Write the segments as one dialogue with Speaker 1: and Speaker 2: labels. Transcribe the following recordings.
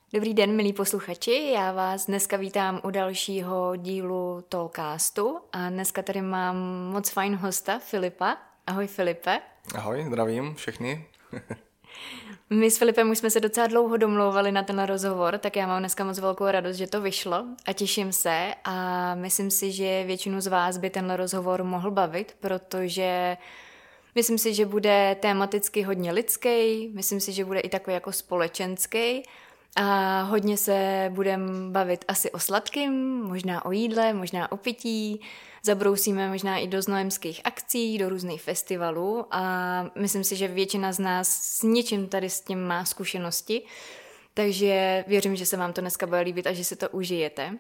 Speaker 1: Dobrý den, milí posluchači, já vás dneska vítám u dalšího dílu Talkcastu a dneska tady mám moc fajn hosta, Filipa. Ahoj Filipe.
Speaker 2: Ahoj, zdravím všechny.
Speaker 1: My s Filipem už jsme se docela dlouho domlouvali na tenhle rozhovor, tak já mám dneska moc velkou radost, že to vyšlo a těším se a myslím si, že většinu z vás by tenhle rozhovor mohl bavit, protože myslím si, že bude tematicky hodně lidský, myslím si, že bude i takový jako společenský a hodně se budeme bavit asi o sladkým, možná o jídle, možná o pití, zabrousíme možná i do znojemských akcí, do různých festivalů a myslím si, že většina z nás s něčím tady s tím má zkušenosti, takže věřím, že se vám to dneska bude líbit a že si to užijete.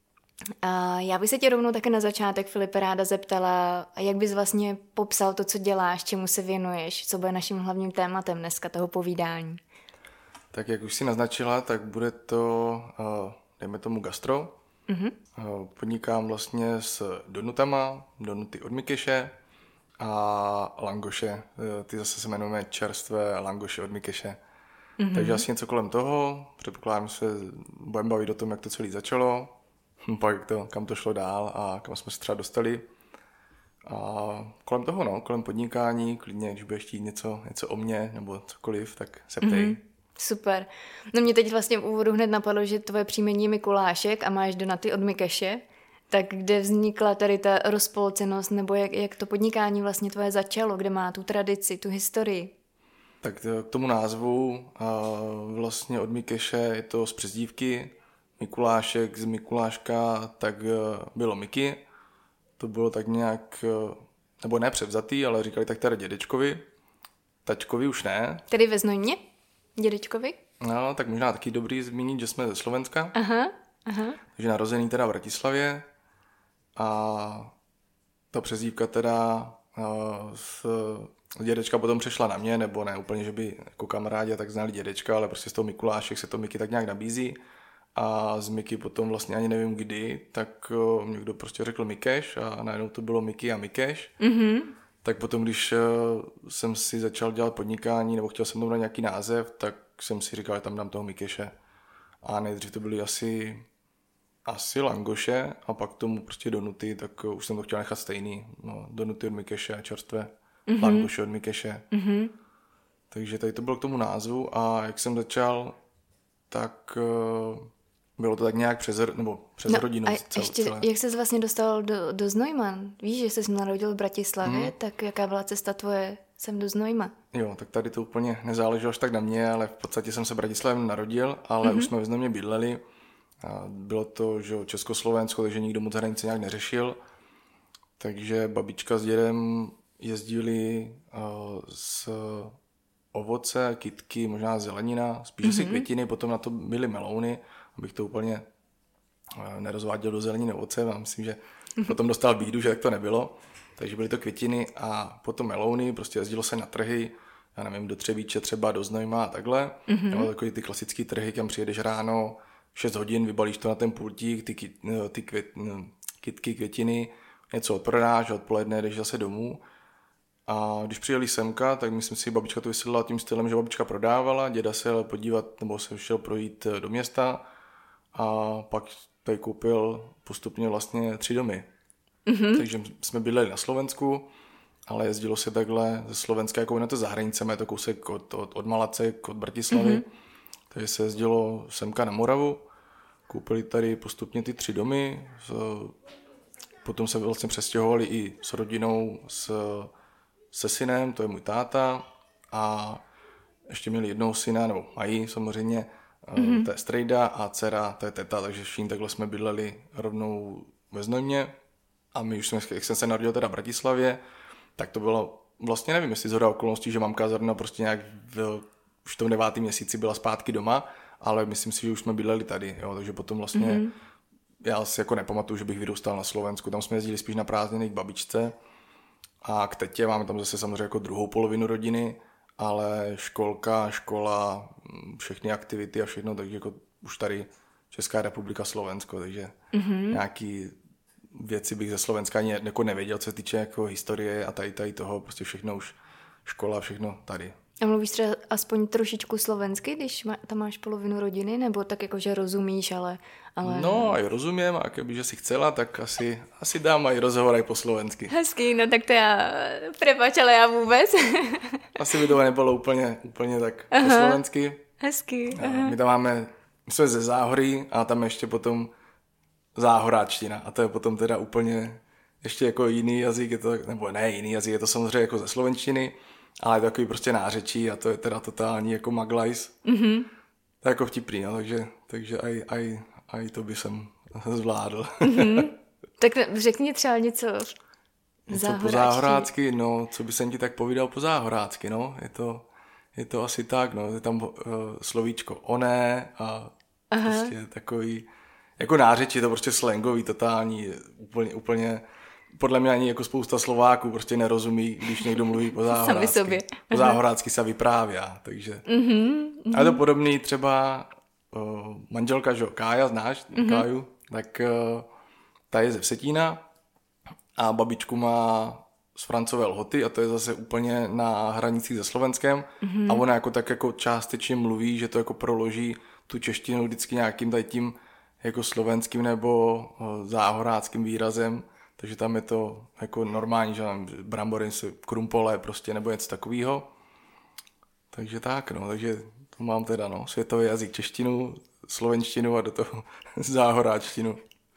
Speaker 1: A já bych se tě rovnou také na začátek, Filipe, ráda zeptala, jak bys vlastně popsal to, co děláš, čemu se věnuješ, co bude naším hlavním tématem dneska toho povídání.
Speaker 2: Tak jak už si naznačila, tak bude to, dejme tomu, gastro. Mm-hmm. Podnikám vlastně s donutama, donuty od Mikeše a langoše. Ty zase se jmenujeme čerstvé langoše od Mikeše. Mm-hmm. Takže asi něco kolem toho. Předpokládám, že se budeme bavit o tom, jak to celé začalo, pak to, kam to šlo dál a kam jsme se třeba dostali. A kolem toho, kolem podnikání, klidně, když budeš chtít něco o mně nebo cokoliv, tak se ptej. Mm-hmm.
Speaker 1: Super. No mě teď vlastně v úvodu hned napadlo, že tvoje příjmení je Mikulášek a máš donaty od Mikeše. Tak kde vznikla tady ta rozpolcenost nebo jak to podnikání vlastně tvoje začalo, kde má tu tradici, tu historii?
Speaker 2: Tak k tomu názvu vlastně od Mikeše je to z přezdívky. Mikulášek z Mikuláška, tak bylo Miky. To bylo tak nějak, nebo ne převzatý, ale říkali tak tady dědečkovi. Tačkovi už ne.
Speaker 1: Tedy ve Znojmě? Dědečkovi?
Speaker 2: No, tak možná taky dobrý zmínit, že jsme ze Slovenska.
Speaker 1: Aha.
Speaker 2: Takže narozený teda v Bratislavě. A ta přezdívka teda z dědečka potom přešla na mě, nebo ne úplně, že by jako kamarádi tak znali dědečka, ale prostě z toho Mikulášek se to Miky tak nějak nabízí. A z Miky potom vlastně ani nevím kdy, tak někdo prostě řekl Mikeš a najednou to bylo Miky a Mikeš. Mm-hmm. Tak potom, když jsem si začal dělat podnikání nebo chtěl jsem tomu dát nějaký název, tak jsem si říkal, že tam dám toho Mikeše. A nejdřív to byly asi langoše a pak tomu prostě donuty, tak už jsem to chtěl nechat stejný. No, donuty od Mikeše a čerstvé langoše od Mikeše. Mm-hmm. Takže tady to bylo k tomu názvu a jak jsem začal, tak bylo to tak nějak přes rodinu.
Speaker 1: A ještě, jak jsi vlastně dostal do Znojma? Víš, že jsi narodil v Bratislavě, tak jaká byla cesta tvoje sem do Znojma?
Speaker 2: Jo, tak tady to úplně nezáleželo až tak na mě, ale v podstatě jsem se v Bratislavě narodil, ale už jsme ve Znojmě bydleli. A bylo to, že Československo, takže nikdo moc hranice nějak neřešil. Takže babička s dědem jezdili z ovoce, kytky, možná zelenina, spíš asi květiny, potom na to byly melouny, abych to úplně nerozváděl do zeleniny ovoce, a myslím, že potom dostal bídu, že tak to nebylo. Takže byly to květiny a potom melouny, prostě jezdilo se na trhy, já nevím, do Třebíče třeba, do Znojma a takhle. Nebo takový ty klasický trhy, kam přijedeš ráno, 6 hodin, vybalíš to na ten pultík, ty kytky, květiny, něco odprodáš a odpoledne jdeš zase domů. A když přijeli semka, tak myslím si, babička to vysvětlila tím stylem, že babička prodávala, děda se jel podívat nebo se šel projít do města a pak tady koupil postupně vlastně 3 domy. Mm-hmm. Takže jsme bydleli na Slovensku, ale jezdilo se takhle ze Slovenska, jako na to za hranicemi, je to kousek od Malacek, od Bratislavy. Mm-hmm. Takže se jezdilo semka na Moravu, koupili tady postupně ty 3 domy, potom se vlastně přestěhovali i s rodinou, se synem, to je můj táta, a ještě měli jednoho syna, nebo mají samozřejmě, to je strejda a dcera, to je teta, takže všichni takhle jsme bydleli rovnou ve Znojmě a my už jsme, jak jsem se narodil teda v Bratislavě, tak to bylo vlastně, nevím, jestli zhoda okolností, že mamka zrovna prostě nějak už v tom 9. měsíci byla zpátky doma, ale myslím si, že už jsme bydleli tady, jo, takže potom vlastně já si jako nepamatuju, že bych vyrůstal na Slovensku, tam jsme jezdili spíš na prázdniny k babičce a k tetě, máme tam zase samozřejmě jako druhou polovinu rodiny, ale škola, všechny aktivity a všechno, takže jako už tady Česká republika, Slovensko, takže nějaký věci bych ze Slovenska ani jako nevěděl, co se týče jako historie a tady toho, prostě všechno už škola, všechno tady.
Speaker 1: A mluvíš třeba aspoň trošičku slovensky, když tam máš polovinu rodiny, nebo tak jako, že rozumíš, ale...
Speaker 2: No, aj rozumím, a že si chcela, tak asi dám aj rozhovor aj po slovensky.
Speaker 1: Hezký, no tak to já, prepač, ale já vůbec.
Speaker 2: Asi by to nebylo úplně tak po slovensky.
Speaker 1: Hezký.
Speaker 2: My jsme ze Záhorí a tam ještě potom záhoráčtina a to je potom teda úplně ještě jako jiný jazyk, je to, nebo ne jiný jazyk, je to samozřejmě jako ze slovenštiny, ale je to takový prostě nářečí a to je teda totální jako maglajs. Mm-hmm. To je jako vtipný, no, takže aj to by jsem zvládl.
Speaker 1: Mm-hmm. Tak řekni třeba něco
Speaker 2: po záhorácky, no, co by jsem ti tak povídal po záhorácky, no, je to asi tak, no, je tam slovíčko oné a prostě takový, jako nářečí, je to prostě slangový, totální, úplně, podle mě ani jako spousta Slováků prostě nerozumí, když někdo mluví po záhorácky.
Speaker 1: Sami sobě.
Speaker 2: Po záhorácky se vyprávěá, takže. A je to podobný třeba manželka, že Kája, znáš Káju, tak ta je ze Vsetína a babičku má z Francové Lhoty a to je zase úplně na hranicích se Slovenskem a ona jako tak jako částečně mluví, že to jako proloží tu češtinu vždycky nějakým tady tím jako slovenským nebo záhoráckým výrazem, takže tam je to jako normální, že tam brambory, krumpole prostě nebo něco takového. Takže tak, no, takže to mám teda, no, světový jazyk češtinu, slovenštinu a do toho záhoráčtinu.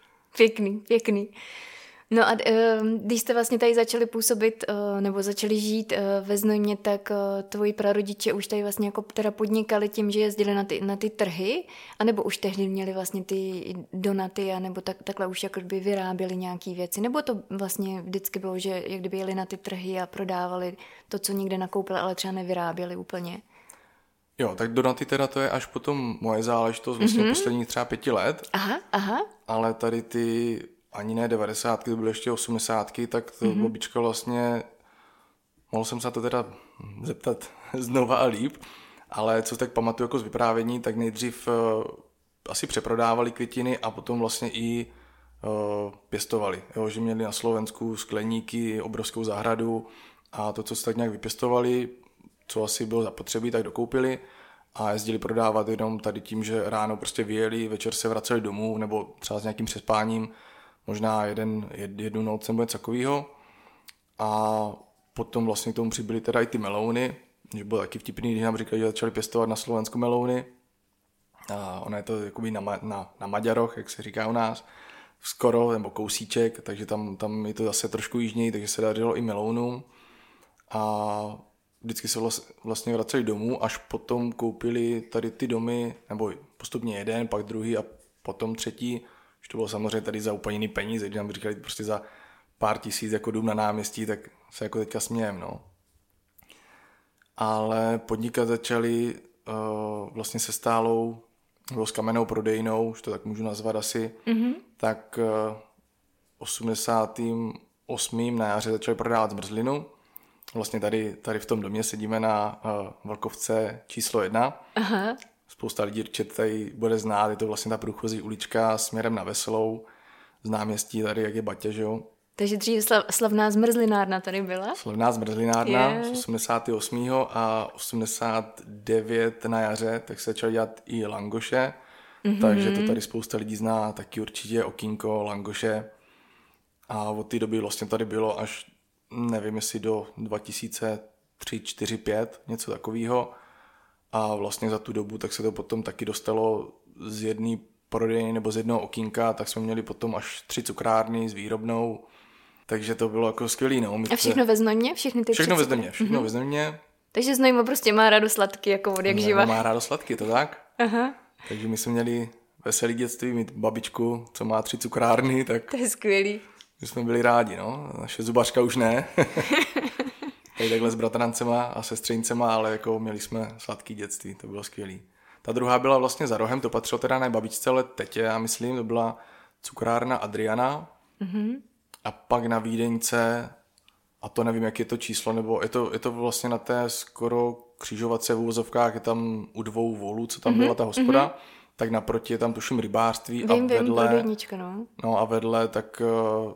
Speaker 1: Pěkný. No a když jste vlastně tady začali působit nebo začali žít ve Znojmě, tak tvoji prarodiče už tady vlastně jako teda podnikali tím, že jezdili na ty trhy, anebo už tehdy měli vlastně ty donaty, anebo takhle už jako by vyráběli nějaký věci, nebo to vlastně vždycky bylo, že jak kdyby jeli na ty trhy a prodávali to, co někde nakoupili, ale třeba nevyráběli úplně.
Speaker 2: Jo, tak donaty teda to je až potom moje záležitost vlastně posledních třeba 5 let.
Speaker 1: Aha.
Speaker 2: Ale tady ty ani ne 90, to byly ještě 80, tak to babička vlastně, mohl jsem se to teda zeptat znova a líp, ale co tak pamatuju jako z vyprávění, tak nejdřív asi přeprodávali květiny a potom vlastně i pěstovali. Jo, že měli na Slovensku skleníky, obrovskou zahradu a to, co se tak nějak vypěstovali, co asi bylo zapotřebí, tak dokoupili a jezdili prodávat jenom tady tím, že ráno prostě vyjeli, večer se vraceli domů nebo třeba s nějakým přespáním, možná jednu noc nebo něco takového. A potom vlastně k tomu přibyly teda i ty melouny, že bylo taky vtipný, když nám říkali, že začali pěstovat na Slovensku melouny. A ono je to jakoby na Maďaroch, jak se říká u nás, skoro, nebo kousíček, takže tam je to zase trošku jižněji, takže se dařilo i melounům. A vždycky se vlastně vraceli domů, až potom koupili tady ty domy, nebo postupně jeden, pak druhý a potom třetí, že to bylo samozřejmě tady za úplně jiný peníze, když nám říkali prostě za pár tisíc jako dům na náměstí, tak se jako teďka smějem, no. Ale podnikat začali vlastně se stálou, nebo s kamennou prodejnou, už to tak můžu nazvat asi, tak 88. na jaře začali prodávat zmrzlinu. Vlastně tady v tom domě sedíme na Vlkovce číslo 1.
Speaker 1: Aha.
Speaker 2: Spousta lidí tady bude znát, je to vlastně ta průchozí ulička směrem na Veselou, z náměstí tady, jak je Baťa, že jo.
Speaker 1: Takže dřív slavná zmrzlinárna tady byla?
Speaker 2: Slavná zmrzlinárna z 88. a 89 na jaře, tak se začaly dělat i langoše, takže to tady spousta lidí zná, taky určitě okýnko, langoše. A od té doby vlastně tady bylo až, nevím jestli do 2003, 4, 5, něco takového. A vlastně za tu dobu tak se to potom taky dostalo z jedné prodejny nebo z jednoho okýnka, tak jsme měli potom až 3 cukrárny s výrobnou, takže to bylo jako skvělý. No.
Speaker 1: A všechno ve Znojmě? Všechno
Speaker 2: ve Znojmě.
Speaker 1: Takže Znojmo prostě má rádo sladky, jako od jak živa.
Speaker 2: Má rádo sladky, to tak.
Speaker 1: Aha.
Speaker 2: Takže my jsme měli veselý dětství, mít babičku, co má 3 cukrárny, tak
Speaker 1: to je skvělý.
Speaker 2: My jsme byli rádi, no. Naše zubařka už ne. Tady takhle s bratrancema a sestřenicema, ale jako měli jsme sladký dětství, to bylo skvělý. Ta druhá byla vlastně za rohem, to patřilo teda ne babičce, ale tetě, já myslím, to byla cukrárna Adriana. A pak na Vídeňce, a to nevím, jak je to číslo, nebo je to vlastně na té skoro křižovatce v uvozovkách, je tam u 2 volů, co tam byla ta hospoda, tak naproti je tam tuším rybářství a vedle, no a vedle tak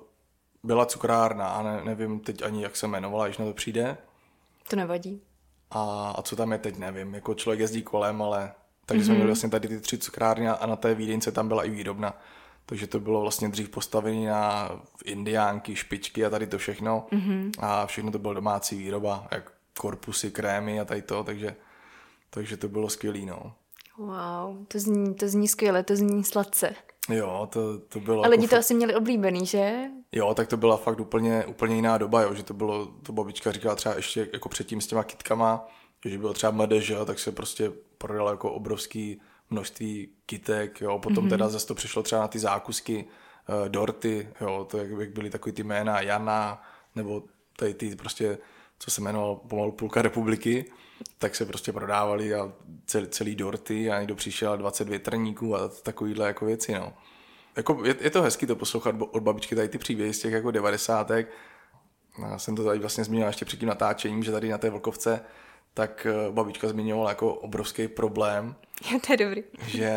Speaker 2: byla cukrárna a nevím teď ani, jak se jmenovala, když na to přijde.
Speaker 1: To nevadí.
Speaker 2: a co tam je teď, nevím, jako člověk jezdí kolem, ale takže jsme měli vlastně tady ty 3 cukrárny a na té Vídejnce tam byla i výrobna. Takže to bylo vlastně dřív postavené na indiánky, špičky a tady to všechno. A všechno to bylo domácí výroba, jak korpusy, krémy a tady to, takže to bylo skvělý, no.
Speaker 1: Wow, to zní skvěle, to zní sladce.
Speaker 2: Jo, to bylo...
Speaker 1: A lidi to asi měli oblíbený, že?
Speaker 2: Jo, tak to byla fakt úplně jiná doba, jo, že to babička říkala třeba ještě jako předtím s těma kytkama, že bylo třeba MDŽ, tak se prostě prodalo jako obrovský množství kytek, jo, potom teda zase to přišlo třeba na ty zákusky, dorty, jo, to jak byly takový ty jména Jana, nebo tady ty prostě, co se jmenovalo pomalu půlka republiky, tak se prostě prodávali a celý dorty a někdo přišel 20 větrníků a takovýhle jako věci, no. Jako je to hezky to poslouchat od babičky, tady ty příběhy z těch jako 90. Já jsem to tady vlastně zmínil ještě před tím natáčením, že tady na té Vlkovce tak babička zmiňovala jako obrovský problém.
Speaker 1: Jo, to je dobrý.
Speaker 2: Že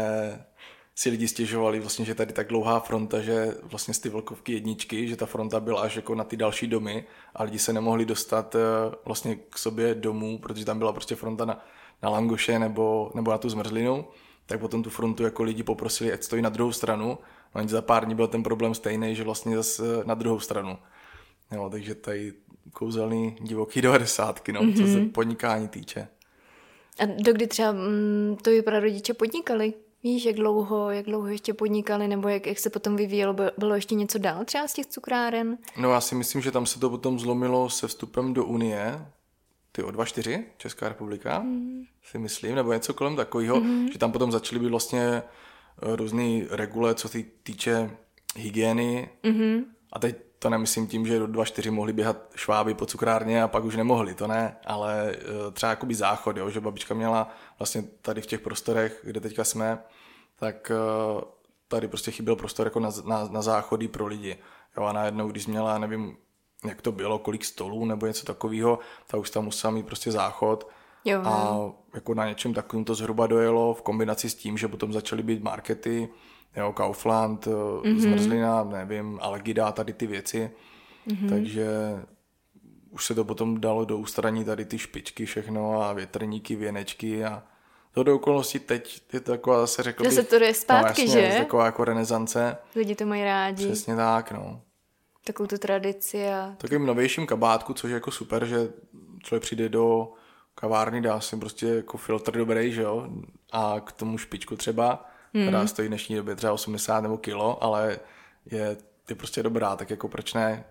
Speaker 2: si lidi stěžovali vlastně, že tady tak dlouhá fronta, že vlastně z ty Vlkovky jedničky, že ta fronta byla až jako na ty další domy a lidi se nemohli dostat vlastně k sobě domů, protože tam byla prostě fronta na langoše nebo na tu zmrzlinu, tak potom tu frontu jako lidi poprosili, ať stojí na druhou stranu, a za pár dní byl ten problém stejný, že vlastně zase na druhou stranu. Jo, takže tady kouzelný divoký 90, no, co se podnikání týče.
Speaker 1: A dokdy třeba tvoji prarodiče podnikali? Víš, jak dlouho ještě podnikali, nebo jak se potom vyvíjelo? Bylo ještě něco dál třeba z těch cukráren?
Speaker 2: No já si myslím, že tam se to potom zlomilo se vstupem do Unie. Ty o 2.4, Česká republika, si myslím, nebo něco kolem takového, že tam potom začaly být vlastně různý regule, co se týče hygieny. A teď to nemyslím tím, že do 2.4 mohli běhat šváby po cukrárně a pak už nemohli, to ne, ale třeba jakoby záchod, jo, že babička měla vlastně tady v těch prostorech, kde teďka jsme, tak tady prostě chyběl prostor jako na záchody pro lidi. Jo, a najednou, když měla, nevím, jak to bylo, kolik stolů nebo něco takového, tak už tam musela mít prostě záchod.
Speaker 1: Jo.
Speaker 2: A jako na něčem takovým to zhruba dojelo v kombinaci s tím, že potom začaly být markety, jo, Kaufland, zmrzlina, nevím, Algida, tady ty věci. Takže už se to potom dalo do ústraní tady ty špičky všechno a větrníky, věnečky a to do okolností teď je to taková zase řekl bych...
Speaker 1: Zase to jde zpátky,
Speaker 2: no, jasně,
Speaker 1: že?
Speaker 2: taková jako renesance.
Speaker 1: Lidi to mají rádi.
Speaker 2: Přesně tak, no.
Speaker 1: Takovou tu tradici a...
Speaker 2: Takovým novějším kabátku, což je jako super, že člověk přijde do kavárny, dá si prostě jako filtr dobrý, že jo, a k tomu špičku třeba, která stojí v dnešní době třeba 80 nebo kilo, ale je prostě dobrá, tak jako proč ne?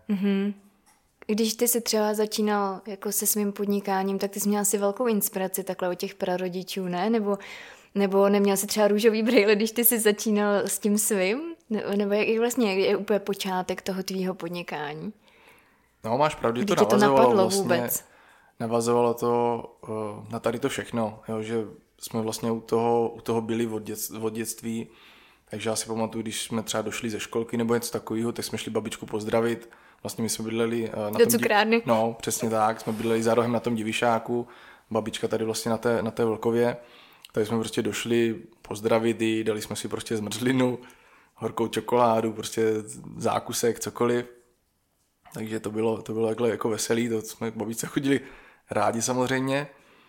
Speaker 1: Když ty jsi třeba začínal jako se svým podnikáním, tak ty jsi měl asi velkou inspiraci takhle od těch prarodičů, ne? Nebo neměl jsi třeba růžový brejle, když ty jsi začínal s tím svým? Nebo jak vlastně je úplně počátek toho tvýho podnikání?
Speaker 2: No, máš pravdu,
Speaker 1: Kdy
Speaker 2: to
Speaker 1: tě to napadlo vůbec?
Speaker 2: Navazovalo to na tady to všechno, jo, že jsme vlastně u toho byli od dětství, takže já si pamatuju, když jsme třeba došli ze školky nebo něco takového, tak jsme šli babičku pozdravit. Vlastně my jsme bydleli
Speaker 1: do cukrárny.
Speaker 2: No, přesně tak, jsme bydleli za rohem na tom Divišáku, babička tady vlastně na té Vlkově, tak jsme prostě došli pozdravit jí, dali jsme si prostě zmrzlinu, horkou čokoládu, prostě zákusek, cokoliv. Takže to bylo takhle jako veselý, to jsme k babičce chodili rádi samozřejmě.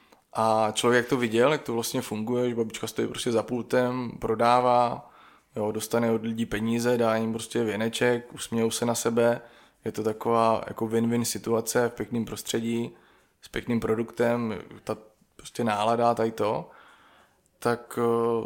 Speaker 2: A člověk to viděl, jak to vlastně funguje, že babička stojí prostě za pultem, prodává, jo, dostane od lidí peníze, dá jim prostě věneček, usmějou se na sebe. Je to taková jako win-win situace v pěkném prostředí, s pěkným produktem, ta prostě nálada, tady to. Tak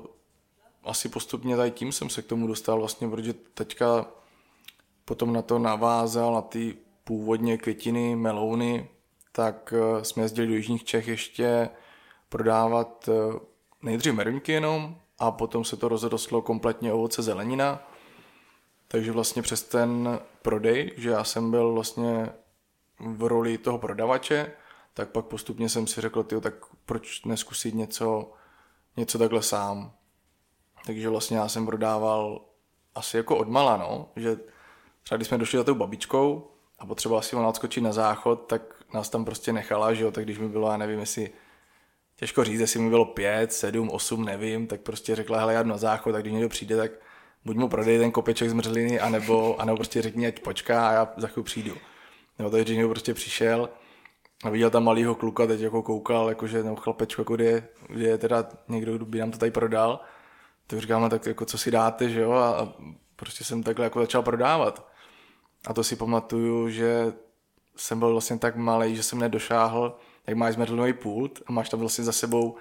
Speaker 2: asi postupně tady tím jsem se k tomu dostal vlastně, protože teďka potom na to navázal, na ty původně květiny, melouny, tak jsme jezdili do jižních Čech ještě prodávat nejdřív meruňky jenom a potom se to rozrostlo kompletně ovoce, zelenina. Takže vlastně přes ten prodej, že já jsem byl vlastně v roli toho prodavače, tak pak postupně jsem si řekl, tyjo, tak proč neskusit něco takhle sám. Takže vlastně já jsem prodával asi jako odmala, no, že třeba když jsme došli za tou babičkou a potřebovala si ona odskočit na záchod, tak nás tam prostě nechala, že jo, tak když mi bylo, já nevím, jestli, těžko říct, jestli mi bylo 5, 7, 8, nevím, tak prostě řekla, hele, já jdu na záchod, tak když někdo přijde, tak buď mu prodej ten kopeček zmrzliny, anebo prostě řekni, ať počká a já za chvíli přijdu. Jo, takže někdo prostě přišel A viděl tam malýho kluka, teď jako koukal, jakože no chlapečku, jako kde je teda někdo, kdo by nám to tady prodal. Tak říkám, no, tak jako co si dáte, že jo, a prostě jsem takhle jako začal prodávat. A to si pamatuju, že jsem byl vlastně tak malý, že jsem nedošáhl, jak máš zmrzlinový pult a máš tam vlastně za sebou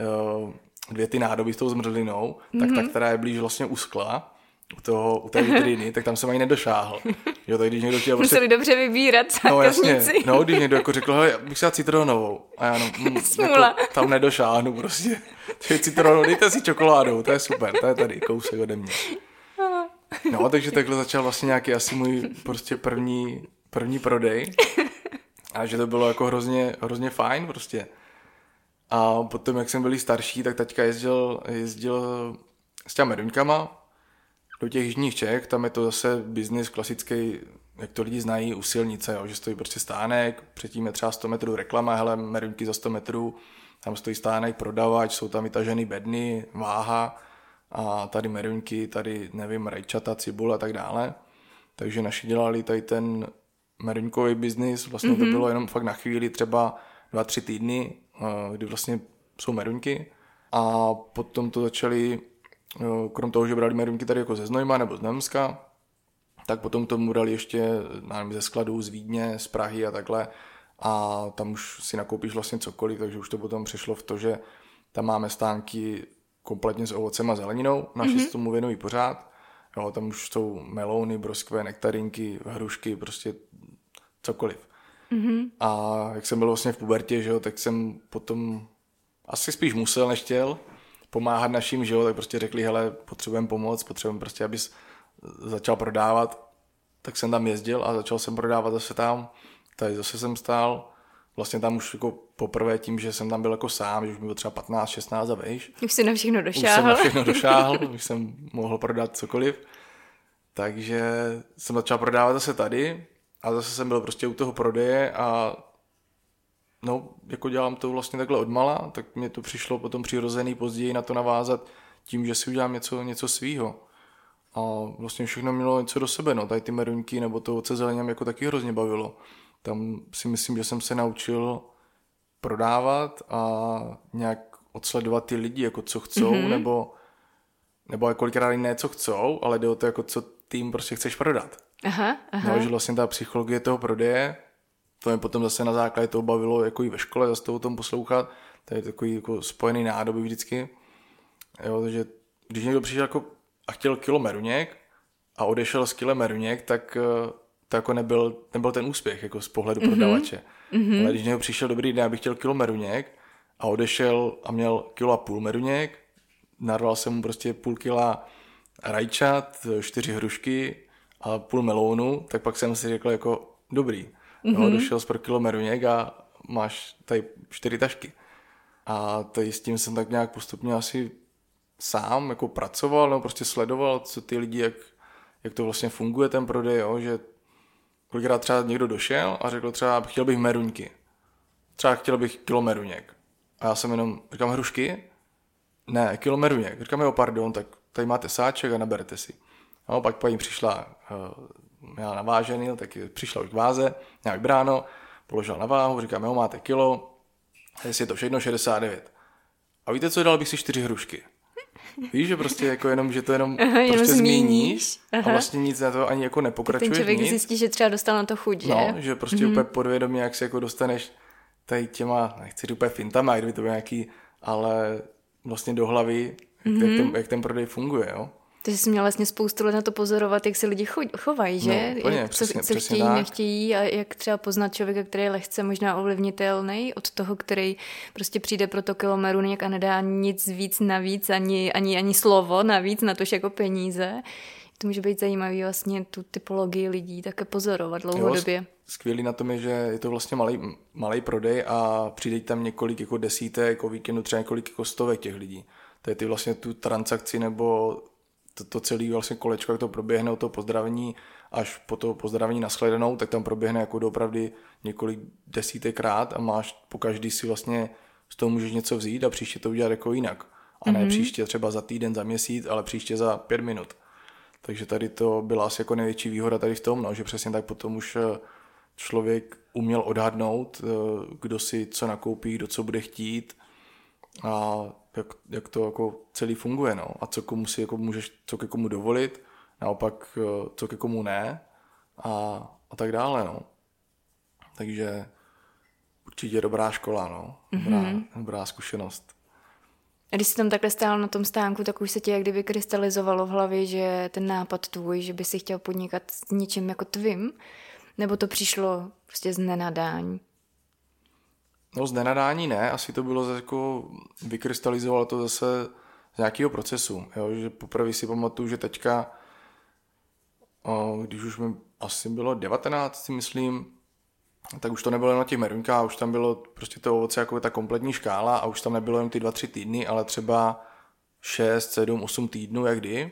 Speaker 2: 2 ty nádoby s tou zmrzlinou, tak ta, která je blíž vlastně u skla, u té vitriny, tak tam jsem ani nedošáhl. Jo, tak když někdo chtěl prostě...
Speaker 1: Museli dobře vybírat zákazníci.
Speaker 2: No jasně, no, když někdo jako řekl, hele, bych si dal citronovou. A já jako, tam nedošáhnu prostě. Citronovou, dejte si čokoládou, to je super, to je tady kousek ode mě. No, takže takhle začal vlastně nějaký asi můj prostě první prodej. A že to bylo jako hrozně fajn prostě. A potom, jak jsem byl starší, tak taťka jezdil s těma meduňkama do těch jižních Čech, tam je to zase biznis klasický, jak to lidi znají, u silnice, jo, že stojí prostě stánek, předtím je třeba 100 metrů reklama, hele, meruňky za 100 metrů, tam stojí stánek, prodavač, jsou tam vytažený bedny, váha a tady meruňky, tady nevím, rajčata, cibule a tak dále. Takže naši dělali tady ten meruňkový biznis, vlastně to bylo jenom fakt na chvíli, třeba 2-3 týdny, kdy vlastně jsou meruňky a potom to začali, krom toho, že brali meruňky tady jako ze Znojma nebo z Nemska, tak potom tomu dali ještě nevím, ze skladů, z Vídně, z Prahy a takhle a tam už si nakoupíš vlastně cokoliv, takže už to potom přešlo v to, že tam máme stánky kompletně s ovocem a zeleninou, naši se tomu věnují pořád, jo, tam už jsou melouny, broskve, nektarinky, hrušky, prostě cokoliv. A jak jsem byl vlastně v pubertě, že jo, tak jsem potom asi spíš musel, než chtěl pomáhat našim, že jo, tak prostě řekli, hele, potřebujeme pomoc, potřebujeme prostě, abys začal prodávat, tak jsem tam jezdil a začal jsem prodávat zase tam, tady zase jsem stál, vlastně tam už jako poprvé tím, že jsem tam byl jako sám, že už mi bylo třeba 15, 16 a vejš.
Speaker 1: Už jsi na všechno došáhl.
Speaker 2: Už jsem na všechno došáhl, už jsem mohl prodat cokoliv, takže jsem začal prodávat zase tady a zase jsem byl prostě u toho prodeje a no, jako dělám to vlastně takhle odmala, tak mě to přišlo potom přirozený později na to navázat tím, že si udělám něco svýho. A vlastně všechno mělo něco do sebe, no, tady ty meruňky nebo to ovoce zeleně mě jako taky hrozně bavilo. Tam si myslím, že jsem se naučil prodávat a nějak odsledovat ty lidi, jako co chcou, nebo kolikrát ne co chcou, ale jde o to, jako co ty jim prostě chceš prodat.
Speaker 1: Aha.
Speaker 2: No, že vlastně ta psychologie toho prodeje, to mě potom zase na základě toho bavilo jako i ve škole, zase to o tom poslouchat, to je takový jako spojený nádoby vždycky. Jo, takže když někdo přišel jako a chtěl kilo meruněk a odešel s kilem meruněk, tak to jako nebyl ten úspěch jako z pohledu prodavače. Ale když někdo přišel dobrý den, abych chtěl kilo meruněk a odešel a měl 1,5 kila meruněk, narval jsem mu prostě 0,5 kila rajčat, 4 hrušky a půl melounu, tak pak jsem si řekl jako dobrý. No, došel z pro kilo meruněk a máš tady 4 tašky. A tady s tím jsem tak nějak postupně asi sám jako pracoval, no prostě sledoval, co ty lidi, jak to vlastně funguje ten prodej, jo, že kolikrát třeba někdo došel a řekl třeba, chtěl bych meruňky. Třeba chtěl bych kilo meruněk. A já jsem jenom, říkám, hrušky? Ne, kilo meruněk. Říkám, jo, pardon, tak tady máte sáček a naberete si. No, pak paní přišla, měla navážený, tak přišla už k váze, nějak bráno, položila na váhu, říkám, jo, máte kilo, jestli je to všechno 69. A víte co, dal bych si 4 hrušky. Víš, že prostě jako jenom, že to jenom prostě zmíníš a vlastně nic na to ani jako nepokračuješ.
Speaker 1: Ten člověk zjistí, že třeba dostal na to chuť, že?
Speaker 2: No, že prostě úplně podvědomě, jak se jako dostaneš tady těma, nechci úplně fintama, kdyby to bylo nějaký, ale vlastně do hlavy, jak ten prodej funguje, jo.
Speaker 1: Takže jsi měl vlastně spoustu let na to pozorovat, jak se lidi chovají, že?
Speaker 2: No, úplně,
Speaker 1: jak,
Speaker 2: přesně,
Speaker 1: co chtějí,
Speaker 2: tak.
Speaker 1: nechtějí a jak třeba poznat člověka, který je lehce možná ovlivnitelný od toho, který prostě přijde pro to kilo meruněk a nedá nic víc navíc, ani slovo navíc, na tož jako peníze. To může být zajímavý vlastně tu typologii lidí také pozorovat dlouhodobě.
Speaker 2: Jo, skvělý na tom je, že je to vlastně malej prodej a přijde tam několik jako desítek, o víkendu třeba několik jako stovek těch lidí. To je ty vlastně tu transakci nebo to celé vlastně kolečko, jak to proběhne od toho pozdravení až po to pozdravení nashledanou, tak tam proběhne jako doopravdy několik desítekrát a máš po každý si vlastně z toho můžeš něco vzít a příště to udělat jako jinak. A ne příště třeba za týden, za měsíc, ale příště za 5 minut. Takže tady to byla asi jako největší výhoda tady v tom, no, že přesně tak potom už člověk uměl odhadnout, kdo si co nakoupí, kdo co bude chtít a jak to jako celý funguje, no. A co komu si jako můžeš, co ke komu dovolit, naopak co ke komu ne a tak dále, no. Takže určitě dobrá škola, no. Dobrá zkušenost.
Speaker 1: A když jsi tam takhle stál na tom stánku, tak už se ti jak kdyby krystalizovalo v hlavě, že ten nápad tvůj, že by si chtěl podnikat s něčím jako tvým, nebo to přišlo prostě z nenadání?
Speaker 2: No z nenadání ne, asi to bylo jako, vykrystalizovalo to zase z nějakého procesu, jo? Že poprvé si pamatuju, že teďka, když už mi asi bylo 19, si myslím, tak už to nebylo jen na těch meruňkách, už tam bylo prostě to ovoce jako ta kompletní škála a už tam nebylo jen ty 2-3 týdny, ale třeba 6, 7, 8 týdnů, jak kdy.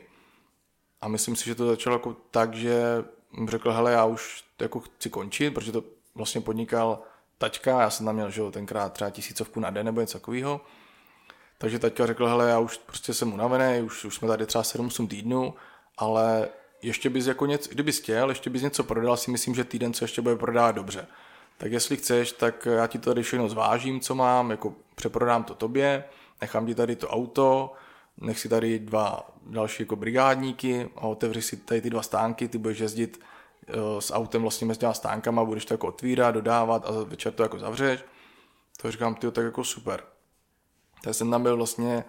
Speaker 2: A myslím si, že to začalo jako tak, že řekl, hele, já už jako chci končit, protože to vlastně podnikal taťka, já jsem tam měl, že jo, tenkrát třeba 1000 na den nebo něco takového. Takže taťka řekl, hele, já už prostě jsem unavený, už jsme tady třeba 7-8 týdnů, ale ještě bys jako něco, kdybys chtěl, ještě bys něco prodal, si myslím, že týden co ještě bude prodávat dobře. Tak jestli chceš, tak já ti tady všechno zvážím, co mám, jako přeprodám to tobě, nechám ti tady to auto, nech si tady 2 další jako brigádníky a otevři si tady ty 2 stánky, ty budeš jezdit s autem vlastně mezi těma stánkama, budeš to jako otvírat, dodávat a večer to jako zavřeš. To říkám, tyjo, tak jako super. Tak jsem tam byl vlastně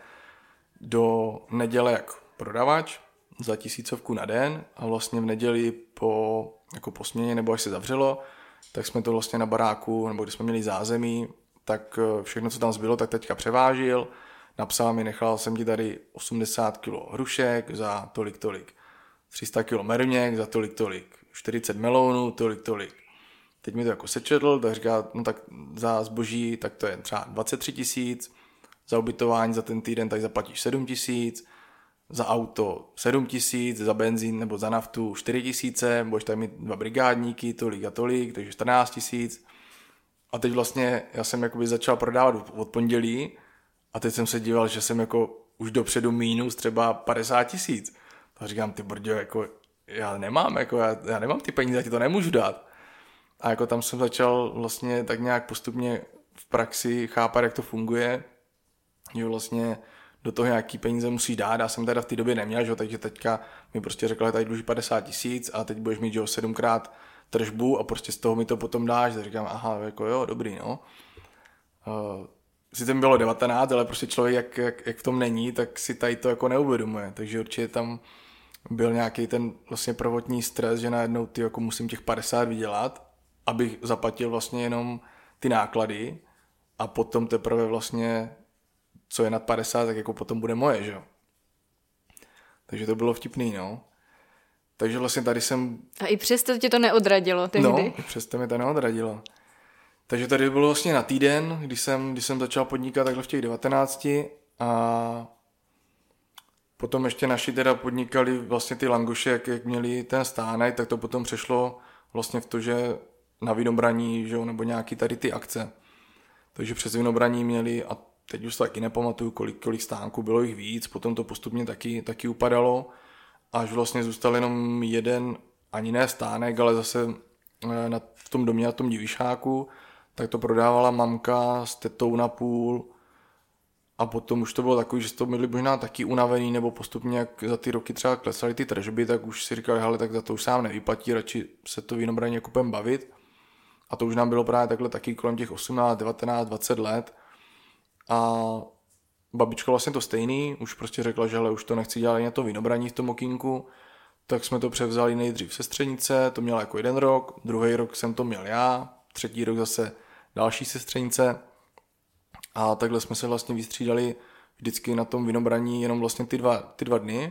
Speaker 2: do neděle jako prodavač za 1000 na den a vlastně v neděli po směně nebo až se zavřelo, tak jsme to vlastně na baráku, nebo když jsme měli zázemí, tak všechno, co tam zbylo, tak teďka převážil. Napsal mi, nechal jsem ti tady 80 kg hrušek za tolik, 300 kg meruněk za tolik, 40 melounů, tolik. Teď mi to jako sečetl, tak říká, no tak za zboží, tak to je třeba 23 000, za ubytování za ten týden tak zaplatíš 7 000, za auto 7 000, za benzín nebo za naftu 4 000, budeš tady mít 2 brigádníky, tolik, takže 14 000. A teď vlastně já jsem jakoby začal prodávat od pondělí a teď jsem se díval, že jsem jako už dopředu mínus třeba 50 000. Tak říkám, ty brďo, jako já nemám ty peníze, já ti to nemůžu dát. A jako tam jsem začal vlastně tak nějak postupně v praxi chápat, jak to funguje, že vlastně do toho nějaký peníze musí dát. Já jsem teda v té době neměl, že? Takže teďka mi prostě řekl, že tady dluží 50 000 a teď budeš mít, že 7krát tržbu a prostě z toho mi to potom dáš. Tak říkám, aha, jako jo, dobrý, no. Sice mi bylo 19, ale prostě člověk, jak v tom není, tak si tady to jako neuvědomuje. Takže určitě tam byl nějaký ten vlastně prvotní stres, že najednou ty jako musím těch 50 vydělat, abych zaplatil vlastně jenom ty náklady a potom teprve vlastně co je nad 50, tak jako potom bude moje, že jo. Takže to bylo vtipný, no. Takže vlastně tady jsem...
Speaker 1: A i přesto tě to neodradilo tehdy?
Speaker 2: No, i přesto mě to neodradilo. Takže tady bylo vlastně na týden, když jsem začal podnikat takhle v těch 19 a potom ještě naši teda podnikali vlastně ty langoše, jak měli ten stánek, tak to potom přešlo vlastně v to, že na vinobraní, že jo, nebo nějaký tady ty akce. Takže přes vinobraní měli, a teď už to taky nepamatuju, kolik stánků, bylo jich víc, potom to postupně taky upadalo, až vlastně zůstal jenom jeden, ani ne stánek, ale zase v tom domě, na tom Divišáku, tak to prodávala mamka s tetou na půl a potom už to bylo takový, že to byli možná taky unavený, nebo postupně, jak za ty roky třeba klesaly ty tržby, tak už si říkali, hele, tak za to už se nám nevyplatí, radši se to vinobraní jako budeme bavit. A to už nám bylo právě takhle taky kolem těch 18, 19, 20 let. A babička vlastně to stejný, už prostě řekla, že hele, už to nechci dělat ani na to vinobraní v tom okýnku, tak jsme to převzali nejdřív sestřenice, to měla jako 1 rok, druhý rok jsem to měl já, 3. rok zase další sestřenice a takhle jsme se vlastně vystřídali vždycky na tom vinobraní jenom vlastně ty dva dny.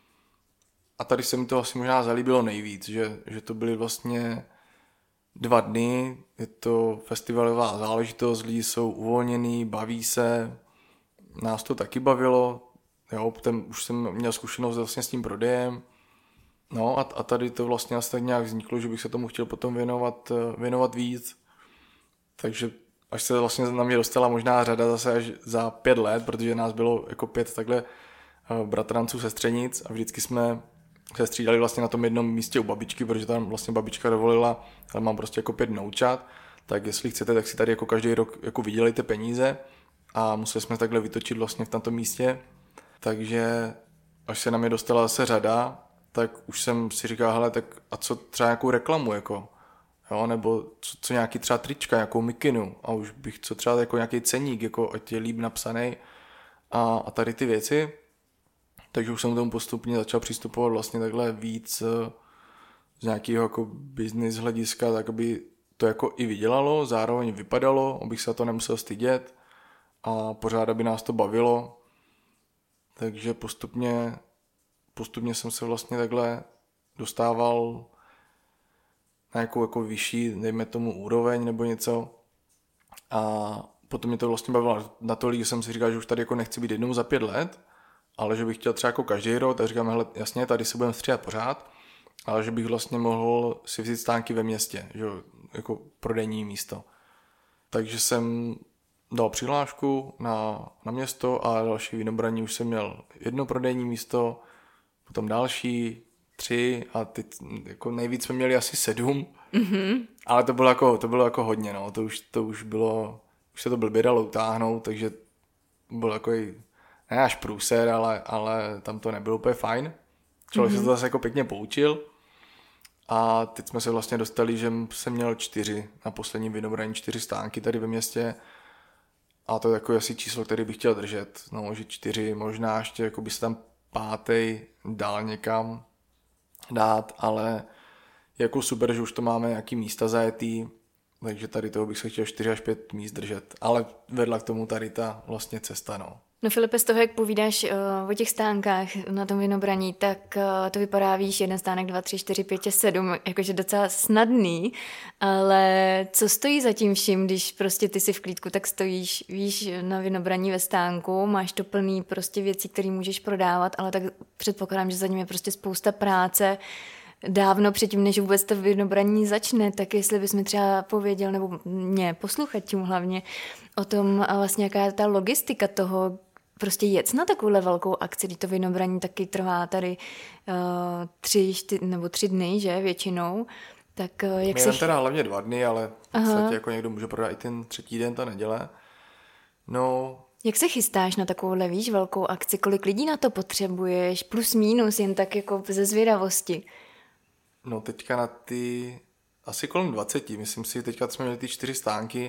Speaker 2: A tady se mi to asi možná zalíbilo nejvíc, že to byly vlastně 2 dny, je to festivalová záležitost, lidi jsou uvolněný, baví se, nás to taky bavilo, jo, už jsem měl zkušenost vlastně s tím prodejem, no a tady to vlastně asi tak nějak vzniklo, že bych se tomu chtěl potom věnovat víc, takže až se vlastně na mě dostala možná řada zase až za 5 let, protože nás bylo jako 5 takhle bratranců, sestřenic a vždycky jsme se střídali vlastně na tom jednom místě u babičky, protože tam vlastně babička dovolila, ale mám prostě jako 5 vnoučat, tak jestli chcete, tak si tady jako každý rok jako vydělejte peníze a museli jsme takhle vytočit vlastně v tomto místě, takže až se na mě dostala zase řada, tak už jsem si říkal, hele, tak a co třeba nějakou reklamu, jako, jo, nebo co nějaký třeba trička, nějakou mikinu a už bych co třeba jako nějaký ceník, jako ať je líp napsaný a tady ty věci. Takže už jsem tomu postupně začal přistupovat vlastně takhle víc z nějakého jako business hlediska, tak aby to jako i vydělalo, zároveň vypadalo, abych se to nemusel stydět a pořád, aby nás to bavilo. Takže postupně jsem se vlastně takhle dostával na nějakou jako vyšší, dejme tomu, úroveň nebo něco. A potom mě to vlastně bavilo natolik, že jsem si říkal, že už tady jako nechci být jednou za 5 let, ale že bych chtěl třeba jako každý rok, tak říkám, hele, jasně, tady se budeme střídat pořád, ale že bych vlastně mohl si vzít stánky ve městě, že jako prodejní místo. Takže jsem dal přihlášku na město a další vinobraní už jsem měl 1 prodejní místo, potom další 3 a teď jako nejvíc jsme měli asi 7, ale to bylo jako hodně, no, to už bylo, už se to blbě dalo utáhnout, takže bylo jako ne až průser, ale tam to nebylo úplně fajn. Člověk se to zase jako pěkně poučil a teď jsme se vlastně dostali, že jsem měl 4 na posledním vinobraní, 4 stánky tady ve městě a to je jako asi číslo, který bych chtěl držet, no, že 4, možná ještě jako by se tam 5. dal někam dát, ale jako super, že už to máme nějaký místa zajetý, takže tady toho bych se chtěl 4 až 5 míst držet, ale vedla k tomu tady ta vlastně cesta, no.
Speaker 1: No Filipe, z toho, jak povídáš o těch stánkách na tom vinobraní, tak to vypadá, víš, 1 stánek, 2, 3, 4, 5, 7, jakože docela snadný, ale co stojí za tím vším, když prostě ty si v klídku, tak stojíš, víš, na vinobraní ve stánku, máš to plný prostě věcí, které můžeš prodávat, ale tak předpokládám, že za ním je prostě spousta práce, dávno předtím, než vůbec to vinobraní začne, tak jestli bys mi třeba pověděl, nebo mě, posluchačům hlavně, o tom vlastně jaká je ta logistika toho, prostě jet na takovouhle velkou akci, kdy to vinobraní taky trvá tady 3 dny, že, většinou. Tak jak
Speaker 2: se... teda hlavně 2 dny, ale v podstatě jako někdo může prodat i ten 3. den, ta neděle. No...
Speaker 1: Jak se chystáš na takovouhle, víš, velkou akci? Kolik lidí na to potřebuješ? Plus, minus, jen tak jako ze zvědavosti.
Speaker 2: No teďka na ty asi kolem 20, myslím si, teďka jsme měli ty 4 stánky,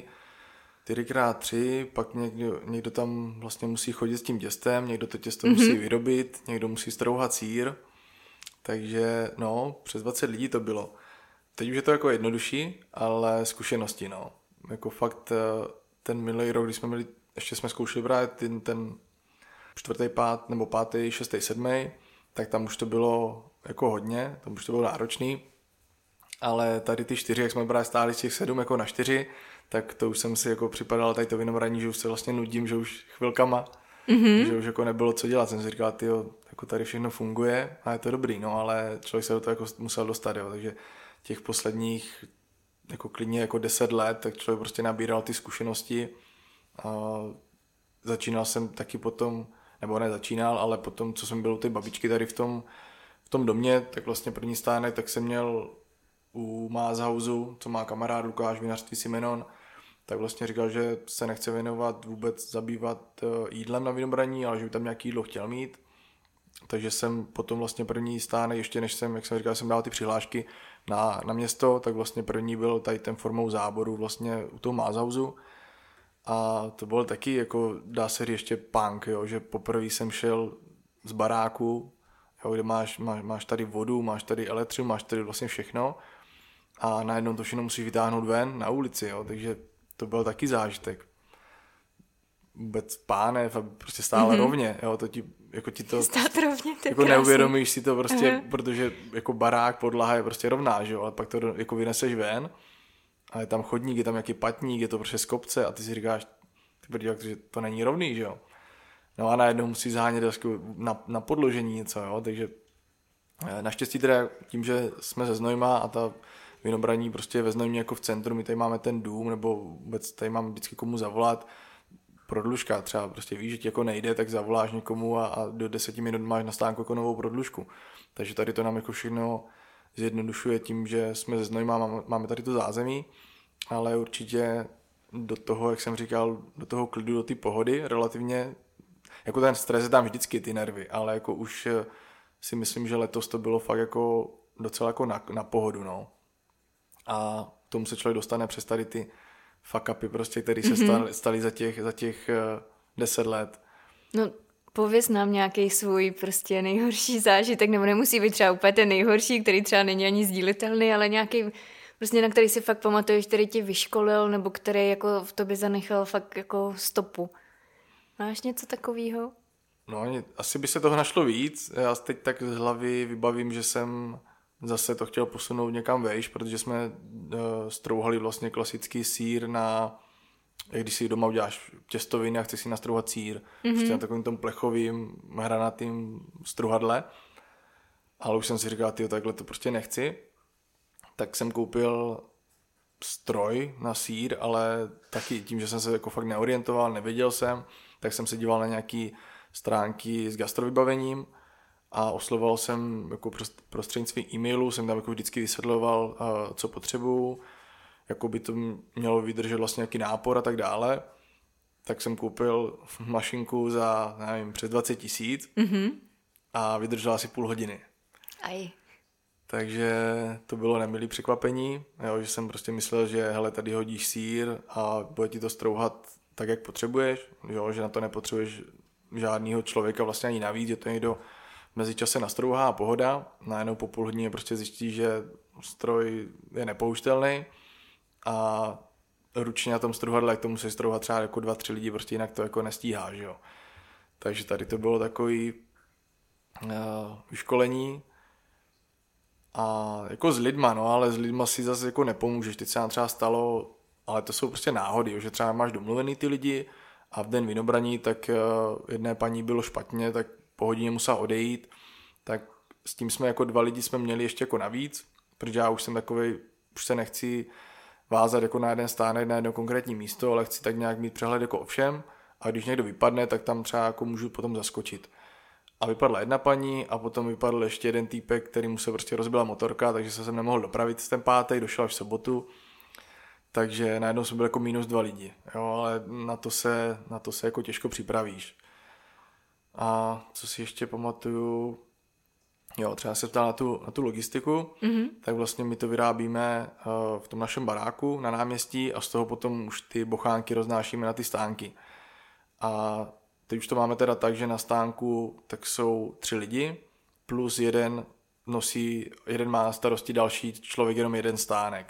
Speaker 2: 4x3, pak někdo tam vlastně musí chodit s tím těstem, někdo to těsto musí vyrobit, někdo musí strouhat sýr, takže no, přes 20 lidí to bylo. Teď už je to jako jednodušší, ale zkušenosti, no. Jako fakt ten minulý rok, když jsme měli, ještě jsme zkoušeli brát ten 4., 5. nebo 5., 6., 7., tak tam už to bylo jako hodně, tam už to bylo náročný, ale tady ty 4, jak jsme brali stáli z těch 7 jako na 4, tak to už jsem si jako připadal tady to vinobraní, že už se vlastně nudím, že už chvilkama, že už jako nebylo co dělat, jsem si říkal, tyjo, jako tady všechno funguje a je to dobrý, no, ale člověk se do toho jako musel dostat, jo, takže těch posledních jako klidně jako 10 let, tak člověk prostě nabíral ty zkušenosti a začínal jsem taky potom, nebo nezačínal, ale potom, co jsem byl u té babičky tady v tom domě, tak vlastně první stánek, tak jsem měl u Mázhausu, co má kamarád Lukáš, vinařství Simenon, tak vlastně říkal, že se nechce věnovat vůbec zabývat jídlem na vinobraní, ale že by tam nějaký jídlo chtěl mít. Takže jsem potom vlastně první stánek, ještě než jsem, jak jsem říkal, jsem dal ty přihlášky na město, tak vlastně první byl tady ten formou záboru vlastně u toho Mázhausu. A to byl taky, jako dá se říct ještě punk, jo, že poprvé jsem šel z baráku, jo, kde máš tady vodu, máš tady elektřinu, máš tady vlastně všechno a najednou to všechno musíš vytáhnout ven na ulici, jo, takže to byl taky zážitek. Vůbec pánev a prostě stále rovně, jo, to ti to
Speaker 1: stát rovně, to
Speaker 2: jako neuvědomíš si to prostě, protože jako barák, podlaha je prostě rovná, že jo, ale pak to jako vyneseš ven a je tam chodník, je tam nějaký patník, je to prostě z kopce a ty si říkáš, že to není rovný, že jo. No a najednou musí zhánět na podložení něco, jo, takže naštěstí teda tím, že jsme ze Znojma a ta vinobraní prostě ve Znojmě jako v centru, my tady máme ten dům, nebo vůbec tady mám vždycky komu zavolat, prodlužka, třeba prostě víš, že ti jako nejde, tak zavoláš někomu a do 10 minut máš na stánku jako novou prodlužku. Takže tady to nám jako všechno zjednodušuje tím, že jsme ze Znojma, máme tady to zázemí, ale určitě do toho, jak jsem říkal, do toho klidu, do té pohody relativně, jako ten stres je tam vždycky, ty nervy, ale jako už si myslím, že letos to bylo fakt jako docela jako na pohodu, no. A tomu se člověk dostane přes tady ty fuck upy prostě, které se staly za těch 10 let.
Speaker 1: No, pověz nám nějaký svůj prostě nejhorší zážitek, nebo nemusí být třeba úplně ten nejhorší, který třeba není ani sdílitelný, ale nějaký prostě, na který si fakt pamatuješ, který tě vyškolil, nebo který jako v tobě zanechal fakt jako stopu. Máš něco takového?
Speaker 2: No, asi by se toho našlo víc. Já teď tak z hlavy vybavím, že jsem zase to chtěl posunout někam vejš, protože jsme strouhali vlastně klasický sýr na, jak když si doma uděláš těstoviny a chceš si nastrouhat sýr, prostě na takovým tom plechovým, hranatým struhadle. Ale už jsem si říkal, tyjo, takhle to prostě nechci. Tak jsem koupil stroj na sýr, ale taky tím, že jsem se jako fakt neorientoval, nevěděl jsem, tak jsem se díval na nějaký stránky s gastrovybavením a oslovoval jsem jako prostřednictvím e-mailu, jsem tam jako vždycky vysvětloval, co potřebuju, jako by to mělo vydržet vlastně nějaký nápor a tak dále. Tak jsem koupil mašinku za, nevím, přes 20 000 a vydržela asi půl hodiny.
Speaker 1: Aj.
Speaker 2: Takže to bylo nemilý překvapení, jo, že jsem prostě myslel, že hele, tady hodíš sýr a bude ti to strouhat tak, jak potřebuješ, jo, že na to nepotřebuješ žádného člověka vlastně ani navíc, že to někdo v mezičase nastrouhá a pohoda. Najednou po půl hodině prostě zjistíš, že stroj je nepoužitelný a ručně na tom strouhadle, jak to musí strouhat třeba jako 2-3 lidi, prostě jinak to jako nestíháš, jo. Takže tady to bylo takový vyškolení a jako s lidma, no, ale s lidma si zase jako nepomůžeš. Teď se nám třeba stalo, ale to jsou prostě náhody, jo, že třeba máš domluvený ty lidi a v den vynobraní, tak jedné paní bylo špatně, tak po hodině musela odejít, tak s tím jsme jako 2 lidi jsme měli ještě jako navíc, protože já už jsem takovej, už se nechci vázat jako na jeden stánek, na jedno konkrétní místo, ale chci tak nějak mít přehled jako o všem a když někdo vypadne, tak tam třeba jako můžu potom zaskočit. A vypadla jedna paní a potom vypadl ještě jeden týpek, který mu se prostě rozbila motorka, takže se jsem nemohl dopravit ten pátek, došel až v sobotu. Takže najednou jsme byli jako -2 lidi, jo, ale na to se jako těžko připravíš. A co si ještě pamatuju, jo, třeba se ptal na tu logistiku, tak vlastně my to vyrábíme v tom našem baráku na náměstí a z toho potom už ty bochánky roznášíme na ty stánky. A teď už to máme teda tak, že na stánku tak jsou 3 lidi, plus jeden má na starosti další člověk jenom jeden stánek.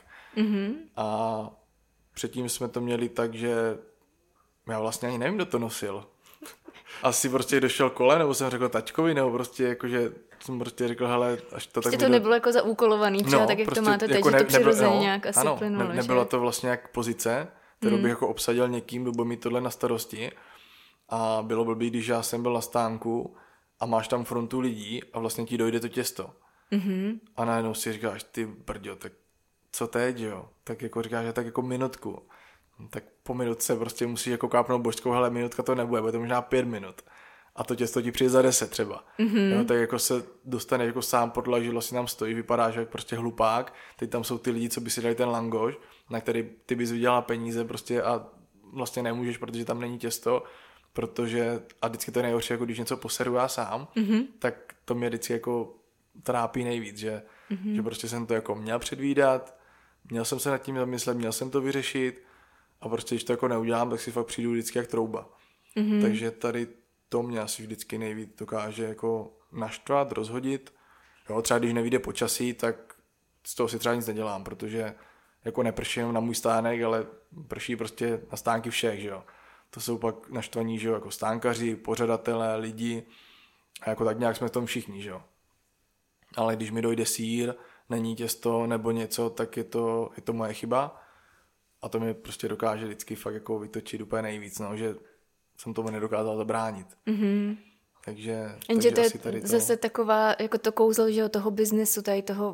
Speaker 2: A předtím jsme to měli tak, že já vlastně ani nevím, kdo to nosil. Asi prostě došel kolem, nebo jsem řekl taťkovi, nebo prostě jakože jsem prostě řekl, hele, až to
Speaker 1: prostě
Speaker 2: tak
Speaker 1: to nebylo jako zaúkolovaný, třeba tak, jak prostě to máte teď, jako že to přirozeně nějak asi
Speaker 2: ano,
Speaker 1: plynulo.
Speaker 2: Nebylo to vlastně jak pozice, kterou bych jako obsadil někým, kdo bude mít tohle na starosti. A bylo blbý, když já jsem byl na stánku a máš tam frontu lidí a vlastně ti dojde to těsto. A najednou si říkáš, ty brďo, tak co teď, jo? Tak jako říkáš, že tak jako minutku. Tak po minutce prostě musíš jako kápnout božskou, hele, minutka to nebude, bude to možná 5 minut. A to těsto ti přijde za 10 třeba. Jo, tak jako se dostane jako sám podle, že vlastně tam stojí, vypadáš jak prostě hlupák. Teď tam jsou ty lidi, co by si dali ten langoš, na který ty bys vydělal peníze prostě a vlastně nemůžeš, protože tam není těsto. Protože, a vždycky to je nejhorší, jako když něco poseru já sám, tak to mě vždycky jako trápí nejvíc, že prostě jsem to jako měl předvídat, měl jsem se nad tím zamyslet, měl jsem to vyřešit a prostě když to jako neudělám, tak si fakt přijdu vždycky jak trouba. Takže tady to mě asi vždycky nejvíc dokáže jako naštvat, rozhodit. Jo, třeba když nevyjde počasí, tak z toho si třeba nic nedělám, protože jako neprší jenom na můj stánek, ale prší prostě na stánky všech, že jo. To jsou pak naštvaní, že jo, jako stánkaři, pořadatelé, lidi a jako tak nějak jsme v tom všichni, že jo. Ale když mi dojde sýr, není těsto nebo něco, tak je to moje chyba a to mi prostě dokáže vždycky fakt jako vytočit úplně nejvíc, no, že jsem tomu nedokázal zabránit. Takže
Speaker 1: to je
Speaker 2: asi tady to.
Speaker 1: Zase taková, jako to kouzlo, že toho biznesu, tady toho,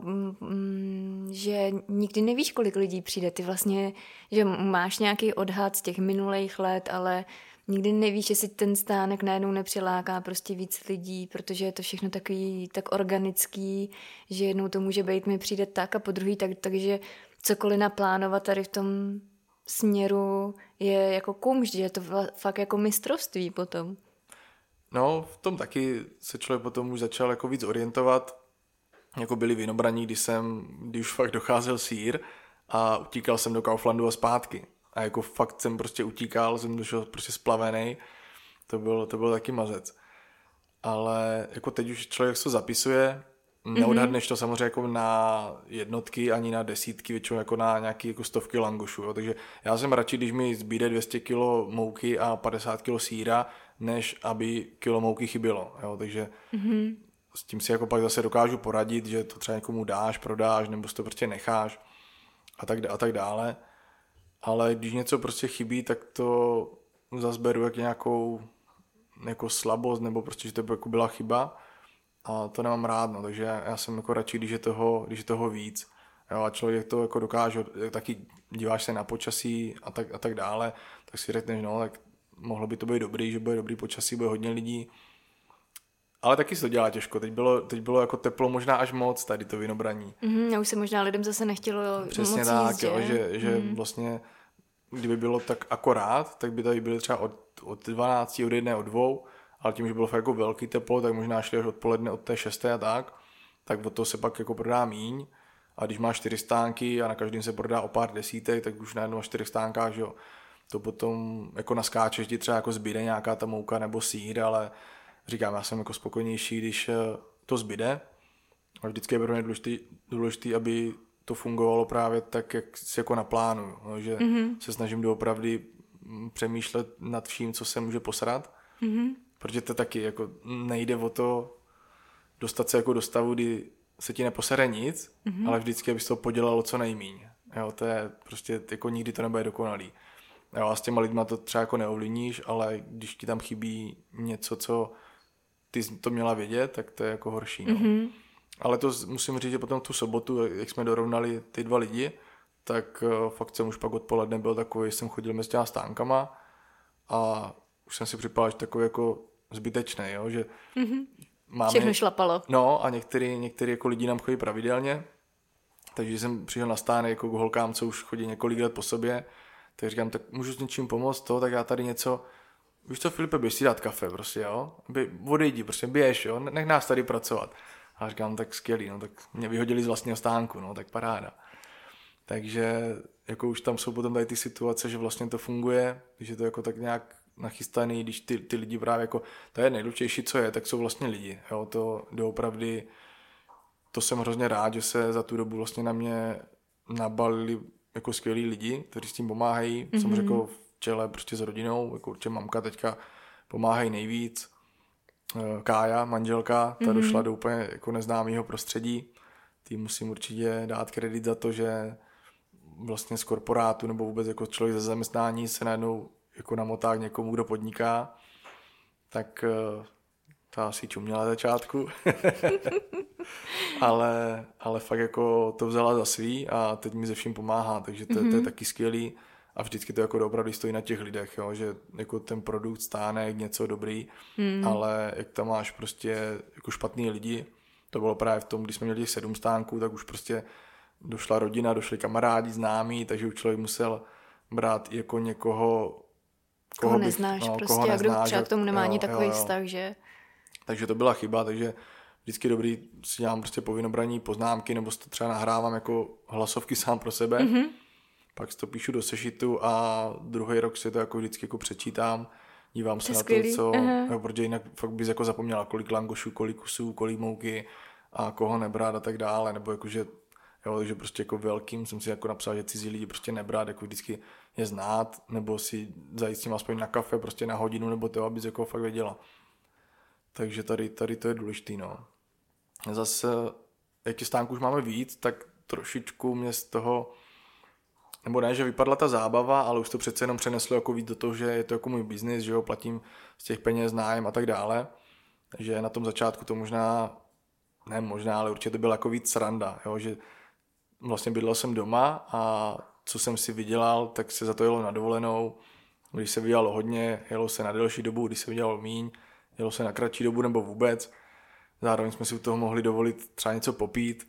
Speaker 1: že nikdy nevíš, kolik lidí přijde. Ty vlastně, že máš nějaký odhad z těch minulých let, ale nikdy nevíš, jestli ten stánek najednou nepřiláká prostě víc lidí, protože je to všechno takový tak organický, že jednou to může být, mi přijde tak a po druhý tak, takže cokoliv naplánovat tady v tom směru je jako kumšt, že je to fakt jako mistrovství potom.
Speaker 2: No, v tom taky se člověk potom už začal jako víc orientovat, jako byli vinobraní, když už fakt docházel sýr a utíkal jsem do Kauflandu a zpátky. A jako fakt jsem prostě utíkal, jsem došel prostě splavený, to byl taky mazec. Ale jako teď už člověk se zapisuje, neodhadneš to samozřejmě jako na jednotky ani na desítky, většinou jako na nějaký jako stovky langošů. Jo. Takže já jsem radši, když mi zbýde 200 kg mouky a 50 kg sýra, než aby kilo mouky chybělo. Jo. Takže s tím si jako pak zase dokážu poradit, že to třeba někomu dáš, prodáš, nebo si to prostě necháš a tak dále. Ale když něco prostě chybí, tak to zase beru jak nějakou jako slabost, nebo prostě, že to jako byla chyba a to nemám rád, no, takže já jsem jako radši, když je toho víc. Jo, a člověk to jako dokáže, taky díváš se na počasí a tak dále, tak si řekneš, no, tak mohlo by to být dobrý, že bude dobrý počasí, bude hodně lidí. Ale taky se to dělá těžko. Teď bylo jako teplo možná až moc tady to vinobraní.
Speaker 1: A už se možná lidem zase nechtělo
Speaker 2: přesně
Speaker 1: moc
Speaker 2: tak,
Speaker 1: jíst,
Speaker 2: jo, že vlastně kdyby bylo tak akorát, tak by tady byly třeba od 12, od 1, od 2, ale tím, že bylo fakt jako velký teplo, tak možná šli až odpoledne od té 6 a tak od toho se pak jako prodá míň. A když máš 4 stánky a na každém se prodá o pár desítek, tak už najednou na 4 stánkách, že jo, to potom jako naskáčeš, ti třeba jako zbyde nějaká ta mouka nebo sýr, ale říkám, já jsem jako spokojenější, když to zbyde. A vždycky je pro mě důležitý, aby to fungovalo právě tak, jak si jako naplánuju. No, že se snažím doopravdy přemýšlet nad vším, co se může posrat. Protože to taky jako nejde o to dostat se jako do stavu, kdy se ti neposere nic, ale vždycky, aby se to podělalo co nejmíň. Jo, to je prostě jako nikdy to nebude dokonalý. Jo, a s těma lidma to třeba jako neovlivníš, ale když ti tam chybí něco, co ty to měla vědět, tak to je jako horší. No. Ale to musím říct, že potom tu sobotu, jak jsme dorovnali ty 2 lidi, tak fakt jsem už pak odpoledne byl takový, že jsem chodil mezi těma stánkama a už jsem si připadal, že takový jako zbytečný, jo, že máme...
Speaker 1: Všechno šlapalo.
Speaker 2: No a některý jako lidi nám chodí pravidelně, takže jsem přišel na stánek jako k holkám, co už chodí několik let po sobě, tak říkám, tak můžu s něčím pomoct, tak já tady něco... Víš co, Filipe, běž si dát kafe, prostě, jo? Odejdi, prostě běž, jo? Nech nás tady pracovat. A říkám, tak skvělý, no, tak mě vyhodili z vlastního stánku, no, tak paráda. Takže jako už tam jsou potom tady ty situace, že vlastně to funguje, když je to jako tak nějak nachystaný, když ty lidi právě jako, to je nejdůležitější, co je, tak jsou vlastně lidi, jo? To doopravdy, to jsem hrozně rád, že se za tu dobu vlastně na mě nabalili jako skvělí lidi, kteří s tím pomáhají, jsem řekl v čele prostě s rodinou, jako určitě mamka teďka pomáhají nejvíc. Kája, manželka, ta došla do úplně jako neznámého prostředí. Tý musím určitě dát kredit za to, že vlastně z korporátu nebo vůbec jako člověk ze zaměstnání se najednou jako namotá k někomu, kdo podniká. Tak ta asi čuměla na začátku. ale fakt jako to vzala za svý a teď mi ze vším pomáhá, takže to je taky skvělý. A vždycky to jako opravdu stojí na těch lidech, jo? Že jako ten produkt stánek, něco dobrý, ale jak tam máš prostě jako špatný lidi, to bylo právě v tom, když jsme měli těch 7 stánků, tak už prostě došla rodina, došli kamarádi, známí, takže už člověk musel brát jako někoho,
Speaker 1: koho neznáš prostě koho neznáš, a kdo třeba k tomu nemá ani takový vztah, že?
Speaker 2: Takže to byla chyba, takže vždycky dobrý si dělám prostě po vinobraní poznámky, nebo si to třeba nahrávám jako hlasovky sám pro sebe. Pak si to píšu do sešitu a druhý rok si to jako vždycky jako přečítám, dívám se na to, co, protože jinak fakt bys jako zapomněla, kolik langošů, kolik kusů, kolik mouky a koho nebrát a tak dále, nebo jakože, jo, takže prostě jako velkým jsem si jako napsal, že cizí lidi prostě nebrát, jako vždycky je znát, nebo si zajít s ním aspoň na kafe, prostě na hodinu, nebo to, abys jako fakt věděla. Takže tady to je důležitý, no. Zase, jak těch stánků už máme víc, tak trošičku mě z toho, nebo ne, že vypadla ta zábava, ale už to přece jenom přeneslo jako víc do toho, že je to jako můj biznis, že jo, platím z těch peněz nájem a tak dále. Takže na tom začátku to možná, ale určitě to byla jako víc sranda, jo, že vlastně bydlel jsem doma a co jsem si vydělal, tak se za to jelo na dovolenou Když se vydělalo hodně, jelo se na delší dobu, když se vydělalo míň, jelo se na kratší dobu nebo vůbec. Zároveň jsme si u toho mohli dovolit třeba něco popít.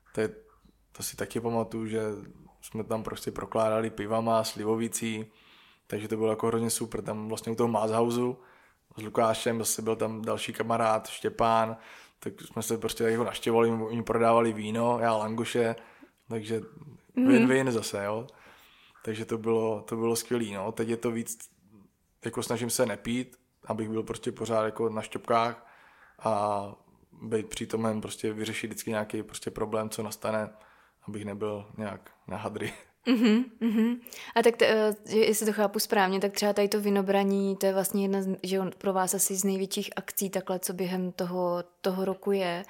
Speaker 2: To si taky pamatuju, že jsme tam prostě prokládali pivama, slivovicí, takže to bylo jako hrozně super. Tam vlastně u toho Másthausu s Lukášem, zase byl tam další kamarád, Štěpán, tak jsme se prostě jako naštěvovali, oni prodávali víno, já langoše, takže win-win zase, jo. Takže to bylo skvělý, no. Teď je to víc, jako snažím se nepít, abych byl prostě pořád jako na šťopkách a být přítomen, prostě vyřešit vždycky nějaký prostě problém, co nastane, abych nebyl nějak na hadry.
Speaker 1: A tak jestli to chápu správně, tak třeba tady to vinobraní, to je vlastně jedna že pro vás asi z největších akcí takhle, co během toho roku je.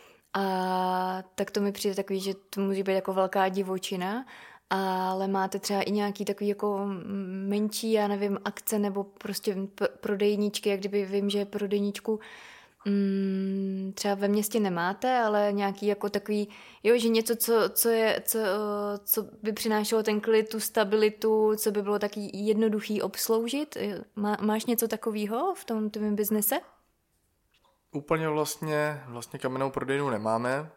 Speaker 1: A tak to mi přijde takový, že to může být jako velká divočina, ale máte třeba i nějaký takový jako menší, já nevím, akce nebo prostě prodejníčky, jak kdyby vím, že prodejníčku třeba ve městě nemáte, ale nějaký jako takový, jo, že něco, co by přinášelo ten klid, tu stabilitu, co by bylo taky jednoduchý obsloužit. Máš něco takového v tom tvém biznese?
Speaker 2: Úplně vlastně kamennou prodejnu nemáme.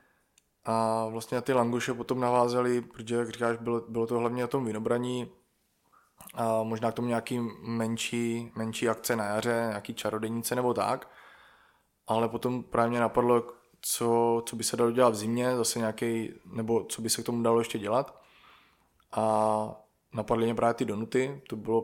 Speaker 2: A vlastně na ty langoše potom navázali, protože, jak říkáš, bylo to hlavně o tom vinobraní a možná k tomu nějaký menší akce na jaře, nějaký čarodějnice nebo tak. Ale potom právě mě napadlo, co by se dalo dělat v zimě, zase nějaký, nebo co by se k tomu dalo ještě dělat. A napadly mě právě ty donuty, to bylo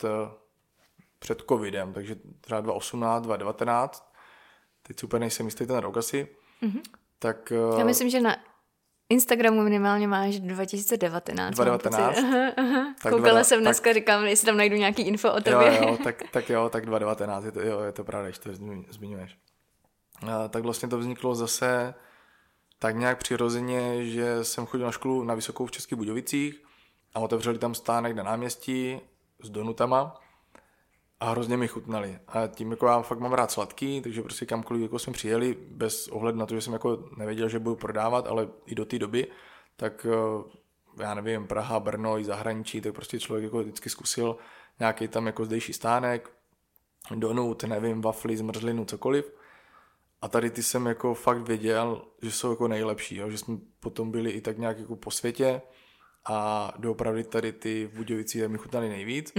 Speaker 2: před covidem, takže třeba 2018, 2019, teď si úplně nejsem jistý ten rok asi. Tak,
Speaker 1: já myslím, že na Instagramu minimálně máš 2019.
Speaker 2: 2019?
Speaker 1: Koukala jsem dneska, říkám, jestli tam najdu nějaký info o tobě.
Speaker 2: Tak 2019, je to pravda, že to zmiňuješ. Tak vlastně to vzniklo zase tak nějak přirozeně, že jsem chodil na školu na vysokou v Českých Budějovicích a otevřeli tam stánek na náměstí s donutama a hrozně mi chutnali. A tím jako já fakt mám rád sladký, takže prostě kamkoliv jako jsme přijeli, bez ohledu na to, že jsem jako nevěděl, že budu prodávat, ale i do té doby, tak já nevím, Praha, Brno i zahraničí, tak prostě člověk jako vždycky zkusil nějaký tam jako zdejší stánek, donut, nevím, wafly, zmrzlinu, cokoliv. A tady ty jsem jako fakt věděl, že jsou jako nejlepší, jo? Že jsme potom byli i tak nějak jako po světě a doopravdy tady ty v Budějovicích mi chutnali nejvíc.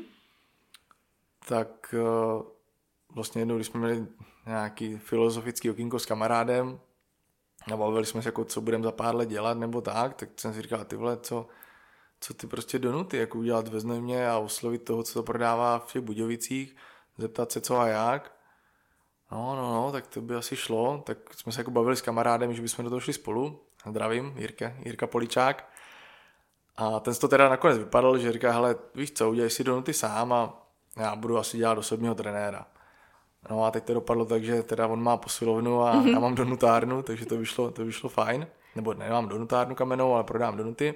Speaker 2: Tak vlastně jednou, když jsme měli nějaký filozofický okýnko s kamarádem a bavili jsme se jako, co budeme za pár let dělat nebo tak jsem si říkal, ty vole, co ty prostě donuty, jako udělat ve Znojmě a oslovit toho, co to prodává v těch Budějovicích, zeptat se co a jak. No, tak to by asi šlo, tak jsme se jako bavili s kamarádem, že bychom do toho šli spolu. Zdravím, Jirka Poličák. A ten to teda nakonec vypadal, že říká, hele, víš co, udělej si donuty sám a já budu asi dělat osobního trenéra. No a teď to dopadlo tak, že teda on má posilovnu a já mám donutárnu, takže to vyšlo fajn. Nebo nemám donutárnu kamennou, ale prodám donuty.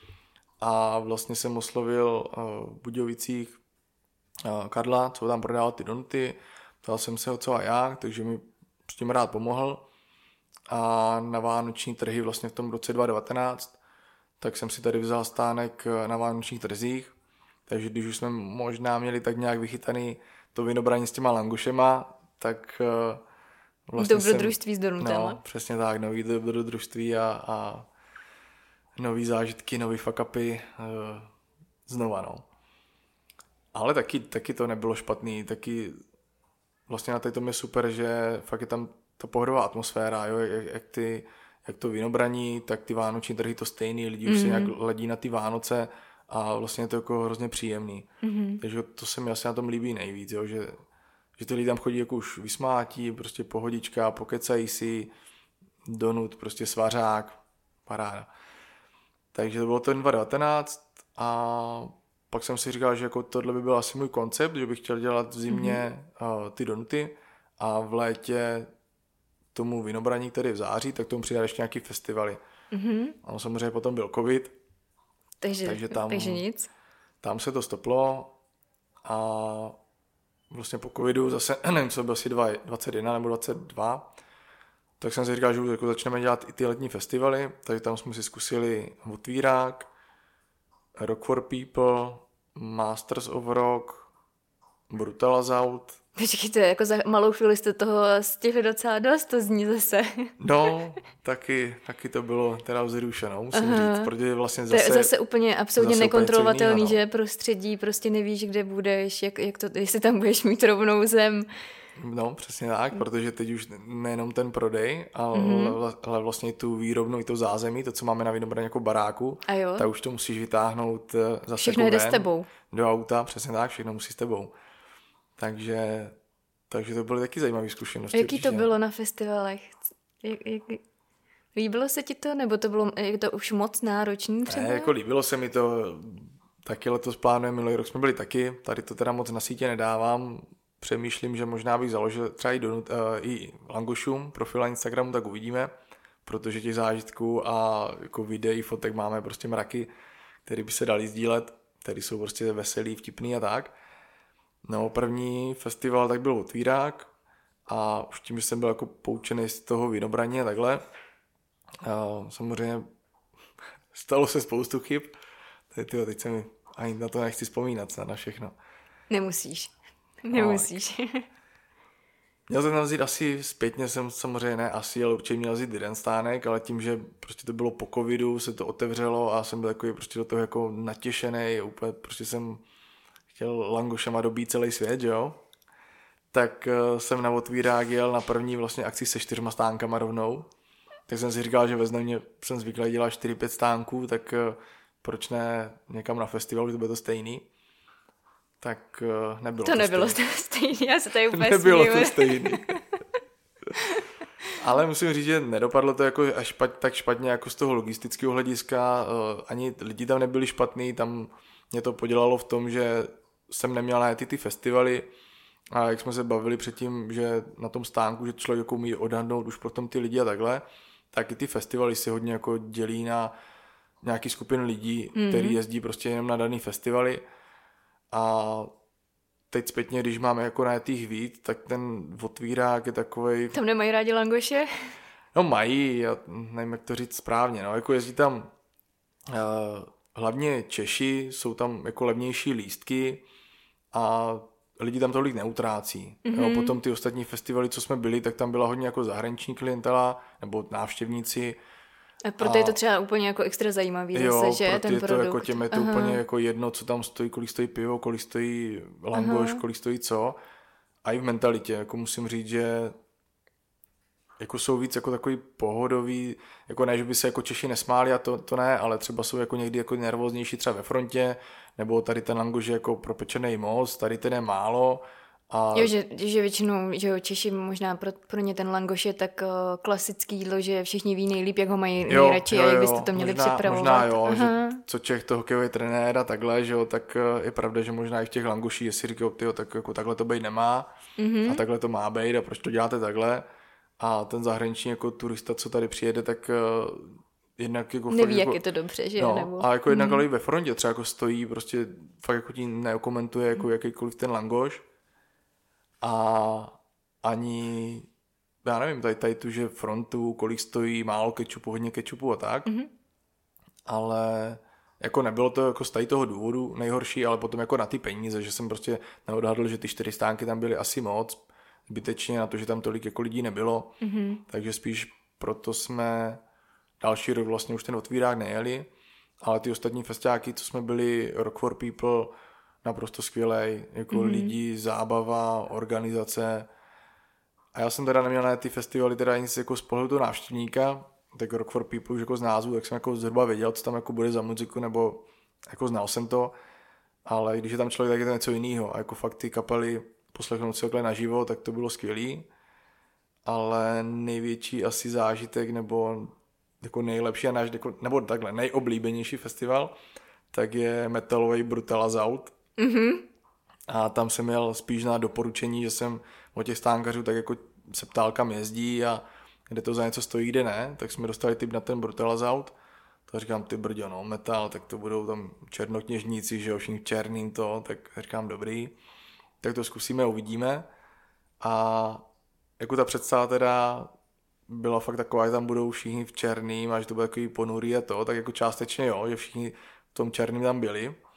Speaker 2: A vlastně jsem oslovil v Budějovicích Karla, co tam prodával ty donuty. Ptal jsem se ho co a jak, takže mi s tím rád pomohl. A na vánoční trhy vlastně v tom roce 2019, tak jsem si tady vzal stánek na vánočních trzích. Takže když už jsme možná měli tak nějak vychytaný to vinobraní s těma langošema, tak vlastně
Speaker 1: dobrodružství s donutama.
Speaker 2: No, přesně tak, nový dobrodružství a nový zážitky, nový fuck-upy znova, no. Ale taky to nebylo špatný, taky vlastně na tom je super, že fakt je tam ta pohodová atmosféra, jo, jak to vinobraní, tak ty vánoční trhy to stejný, lidi už se nějak ledí na ty Vánoce a vlastně je to jako hrozně příjemný. Takže to se mi asi na tom líbí nejvíc, jo, že ty lidi tam chodí jako už vysmátí, prostě pohodička, pokecají si, donut, prostě svařák, paráda. Takže to bylo ten 2019 a pak jsem si říkal, že jako tohle by byl asi můj koncept, že bych chtěl dělat v zimě ty donuty a v létě tomu vinobraní, který v září, tak tomu přidat ještě nějaký festivaly. A samozřejmě potom byl covid, takže
Speaker 1: nic.
Speaker 2: Tam se to stoplo a vlastně po covidu zase, nevím, co bylo asi 21 nebo 22, tak jsem si říkal, že jako začneme dělat i ty letní festivaly, takže tam jsme si zkusili Otvírák, Rock for People, Masters of Rock, Brutalizout.
Speaker 1: Počkejte, jako za malou chvíli jste toho stihli docela dost, to zní zase.
Speaker 2: No, taky to bylo teda vzrušeno, musím říct, protože vlastně zase...
Speaker 1: To je zase úplně absolutně
Speaker 2: zase
Speaker 1: nekontrolovatelný,
Speaker 2: úplně
Speaker 1: že prostředí, prostě nevíš, kde budeš, jak to, jestli tam budeš mít rovnou zem.
Speaker 2: No, přesně tak, protože teď už nejenom ten prodej, ale vlastně tu výrobnu i to zázemí, to, co máme na Vinobraně jako baráku, tak už to musíš vytáhnout zase
Speaker 1: všechno
Speaker 2: jako
Speaker 1: jde s tebou.
Speaker 2: Do auta, přesně tak, všechno musí s tebou. Takže to byly taky zajímavé zkušenosti.
Speaker 1: Jaký to bylo na festivalech? Líbilo se ti to, nebo to bylo to už moc náročný třeba?
Speaker 2: Ne, jako líbilo se mi to, taky letos plánujeme, minulý rok jsme byli taky, tady to teda moc na sítě nedávám, přemýšlím, že možná bych založil třeba i Langošům, profil na Instagramu, tak uvidíme, protože těch zážitků a jako videí, fotek máme prostě mraky, které by se daly sdílet, které jsou prostě veselý, vtipný a tak. No, první festival tak byl Otvírák a už tím, že jsem byl jako poučený z toho Vinobraně takhle, samozřejmě stalo se spoustu chyb, teď se mi ani na to nechci vzpomínat, na všechno.
Speaker 1: Nemusíš.
Speaker 2: Měl jsem tam vzít asi zpětně, jsem samozřejmě ne asi, ale určitě měl vzít jeden stánek, ale tím, že prostě to bylo po covidu, se to otevřelo a jsem byl takový prostě do toho jako natěšený, úplně prostě jsem chtěl langošema dobít celý svět, že jo? Tak jsem na Otvírák jel na první vlastně akci se 4 stánkama rovnou. Tak jsem si říkal, že ve Znojmě jsem zvyklý dělat 4-5 stánků, tak proč ne někam na festival, že to bude to stejný. Tak nebylo to
Speaker 1: nebylo stejný, já se tady úplně
Speaker 2: nebylo to stejný. Ale musím říct, že nedopadlo to jako tak špatně jako z toho logistického hlediska, ani lidi tam nebyli špatný, tam mě to podělalo v tom, že jsem neměl na ty festivaly a jak jsme se bavili předtím, že na tom stánku, že člověk jako umí odhadnout už potom ty lidi a takhle, tak i ty festivaly se hodně jako dělí na nějaký skupin lidí, který jezdí prostě jenom na daný festivaly a teď zpětně, když máme jako na těch víc, tak ten Otvírák je takovej...
Speaker 1: Tam nemají rádi langoše?
Speaker 2: No mají, já nevím, jak to říct správně, no, jako jezdí tam hlavně Češi, jsou tam jako levnější lístky a lidi tam tolik neutrácí. Jo, potom ty ostatní festivaly, co jsme byli, tak tam byla hodně jako zahraniční klientela nebo návštěvníci.
Speaker 1: A proto je to třeba úplně jako extra zajímavý zase, že ten produkt.
Speaker 2: Jako těm je to úplně jako jedno, co tam stojí, kolik stojí pivo, kolik stojí langoš, kolik stojí co. A i v mentalitě, jako musím říct, že jako jsou víc jako takový pohodový, jako ne, že by se jako Češi nesmáli a to ne, ale třeba jsou jako někdy jako nervóznější třeba ve frontě, nebo tady ten langoš je jako propečený moc, tady ten je málo. A...
Speaker 1: Jo, že většinou, že jo, Češi možná pro ně ten langoš je tak klasický jídlo, že všichni ví nejlíp, jak ho mají nejradši a jak byste to měli připravovat.
Speaker 2: Možná jo, že co Čech to hokejový trenér a takhle, že jo, tak je pravda, že možná i v těch langoších, jestli říkají, tyjo, tak jako takhle to být nemá a takhle to má být a proč to děláte takhle. A ten zahraniční jako turista, co tady přijede, tak jednak jako...
Speaker 1: Neví,
Speaker 2: fakt,
Speaker 1: jak
Speaker 2: jako,
Speaker 1: je to dobře, že
Speaker 2: no,
Speaker 1: nebo...
Speaker 2: a jako jednak ale i ve frontě třeba jako stojí, prostě fakt jako ti neokomentuje jako jakýkoliv ten langoš. A ani, já nevím, tady tu, že frontu, kolik stojí, málo kečupu, hodně kečupu a tak. Ale jako nebylo to jako z tady toho důvodu nejhorší, ale potom jako na ty peníze, že jsem prostě neodhadl, že ty 4 stánky tam byly asi moc, zbytečně na to, že tam tolik jako lidí nebylo. Takže spíš proto jsme další rok vlastně už ten Otvírák nejeli, ale ty ostatní festiáky, co jsme byli, Rock for People, naprosto skvělej, jako lidi, zábava, organizace. A já jsem teda neměl na ty festivaly teda nic jako z pohledu návštěvníka, tak Rock for People už jako z názvu, tak jsem jako zhruba věděl, co tam jako bude za muziku, nebo jako znal jsem to, ale když je tam člověk, tak je to něco jiného. A jako fakt ty kapely poslechnout si takhle naživo, tak to bylo skvělý. Ale největší asi zážitek, nebo jako nejlepší a náš, nebo takhle, nejoblíbenější festival, tak je metalový Brutalizout. A tam jsem měl spíš na doporučení, že jsem od těch stánkařů tak jako se ptal, kam jezdí a kde to za něco stojí, kde ne, tak jsme dostali tip na ten Brutalizout. To říkám, ty brďo, no, metal, tak to budou tam černokněžníci, že jo, všichni černým to, tak říkám, dobrý. Tak to zkusíme, uvidíme. A jako ta představa teda byla fakt taková, že tam budou všichni v černým a že to bude takový ponurý a to, tak jako částečně jo, že všichni v tom černým tam byli.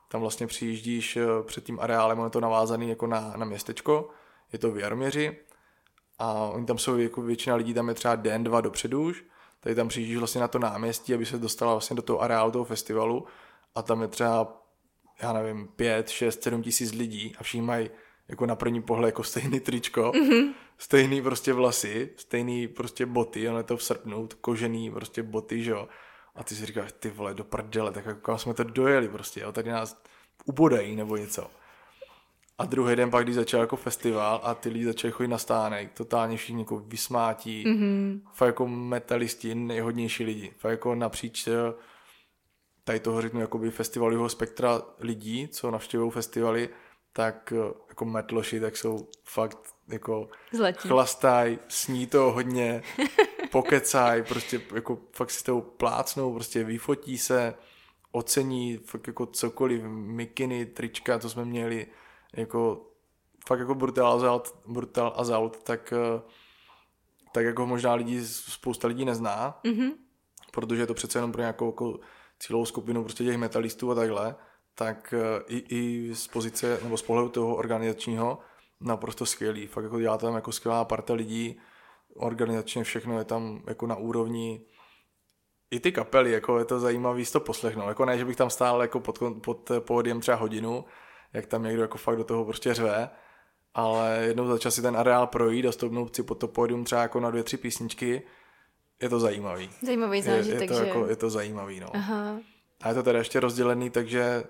Speaker 2: tam vlastně přijíždíš před tím areálem, on je to navázaný jako na městečko, je to v Jaroměři a oni tam jsou, jako většina lidí tam je třeba den, 2 dopředu už, tady tam přijíždíš vlastně na to náměstí, aby se dostala vlastně do toho areálu toho festivalu a tam je třeba, já nevím, 5, 6, 7 tisíc lidí a všichni mají jako na první pohled jako stejný tričko, stejný prostě vlasy, stejný prostě boty, ono je to v srpnu, kožený prostě boty, že jo. A ty si říkáš, ty vole, do prdele, tak jako jsme to dojeli prostě, jo, tady nás ubodají nebo něco. A druhý den pak, když začal jako festival a ty lidi začali chodit na stánek, totálně všichni jako vysmátí, fakt jako metalisti, nejhodnější lidi, fakt jako napříč tady toho řeknu jakoby festivalového spektra lidí, co navštěvují festivaly, tak jako metloši, tak jsou fakt jako
Speaker 1: zlatí.
Speaker 2: Chlastají, sní to hodně, pokecají, prostě jako fakt si toho plácnou, prostě vyfotí se, ocení fakt jako cokoliv, mikiny, trička, co jsme měli, jako fakt jako Brutal Assault, tak jako možná spousta lidí nezná, protože je to přece jenom pro nějakou jako cílovou skupinu prostě těch metalistů a takhle, tak i z pozice nebo z pohledu toho organizačního naprosto skvělý. Fakt jako dělá tam jako skvělá parta lidí, organizačně všechno je tam jako na úrovni. I ty kapely, jako je to zajímavý si to poslechnout. Jako ne, že bych tam stál jako pod pódiem třeba hodinu, jak tam někdo jako fakt do toho prostě řve, ale jednou za čas si ten areál projít a stoupnout si pod to pódium třeba jako na 2-3 písničky, je to zajímavý.
Speaker 1: Zajímavý zážitek, že?
Speaker 2: Je to zajímavý, no.
Speaker 1: Aha.
Speaker 2: A je to teda ještě rozdělený, takže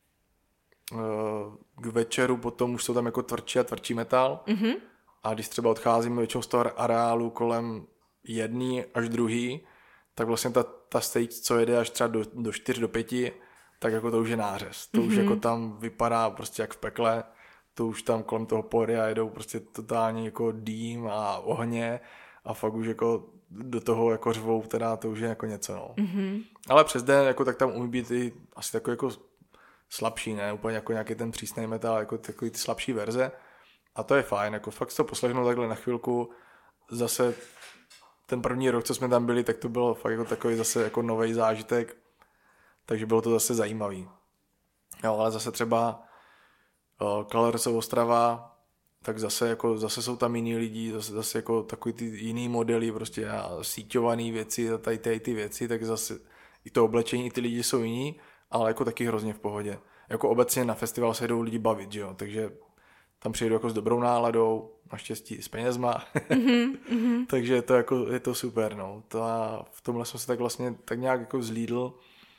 Speaker 2: k večeru potom už jsou tam jako tvrdší a tvrdší metal. A když třeba odcházíme většinou z toho areálu kolem 1 až 2, tak vlastně ta stage, co jede až třeba do 4, do 5, tak jako to už je nářez. To už jako tam vypadá prostě jak v pekle. To už tam kolem toho pódia jedou prostě totálně jako dým a ohně a fakt už jako do toho jako řvou, teda to už je jako něco, no. Ale přes den jako tak tam umí být i asi takový jako slabší, ne? Úplně jako nějaký ten přísnej metal, jako takový ty slabší verze. A to je fajn, jako fakt si to poslechnout takhle na chvilku. Zase ten první rok, co jsme tam byli, tak to bylo fakt jako takový zase jako nový zážitek. Takže bylo to zase zajímavý. Jo, ale zase třeba Colors of Ostrava, tak zase jsou tam jiní lidi, zase jako takový ty jiný modely prostě a síťovaný věci a tady ty věci, tak zase i to oblečení, i ty lidi jsou jiní, ale jako taky hrozně v pohodě. Jako obecně na festival se jdou lidi bavit, že jo, takže tam přijedou jako s dobrou náladou, naštěstí s penězma, takže to jako, je to super, no. To a v tomhle jsem se tak vlastně tak nějak jako zlídl.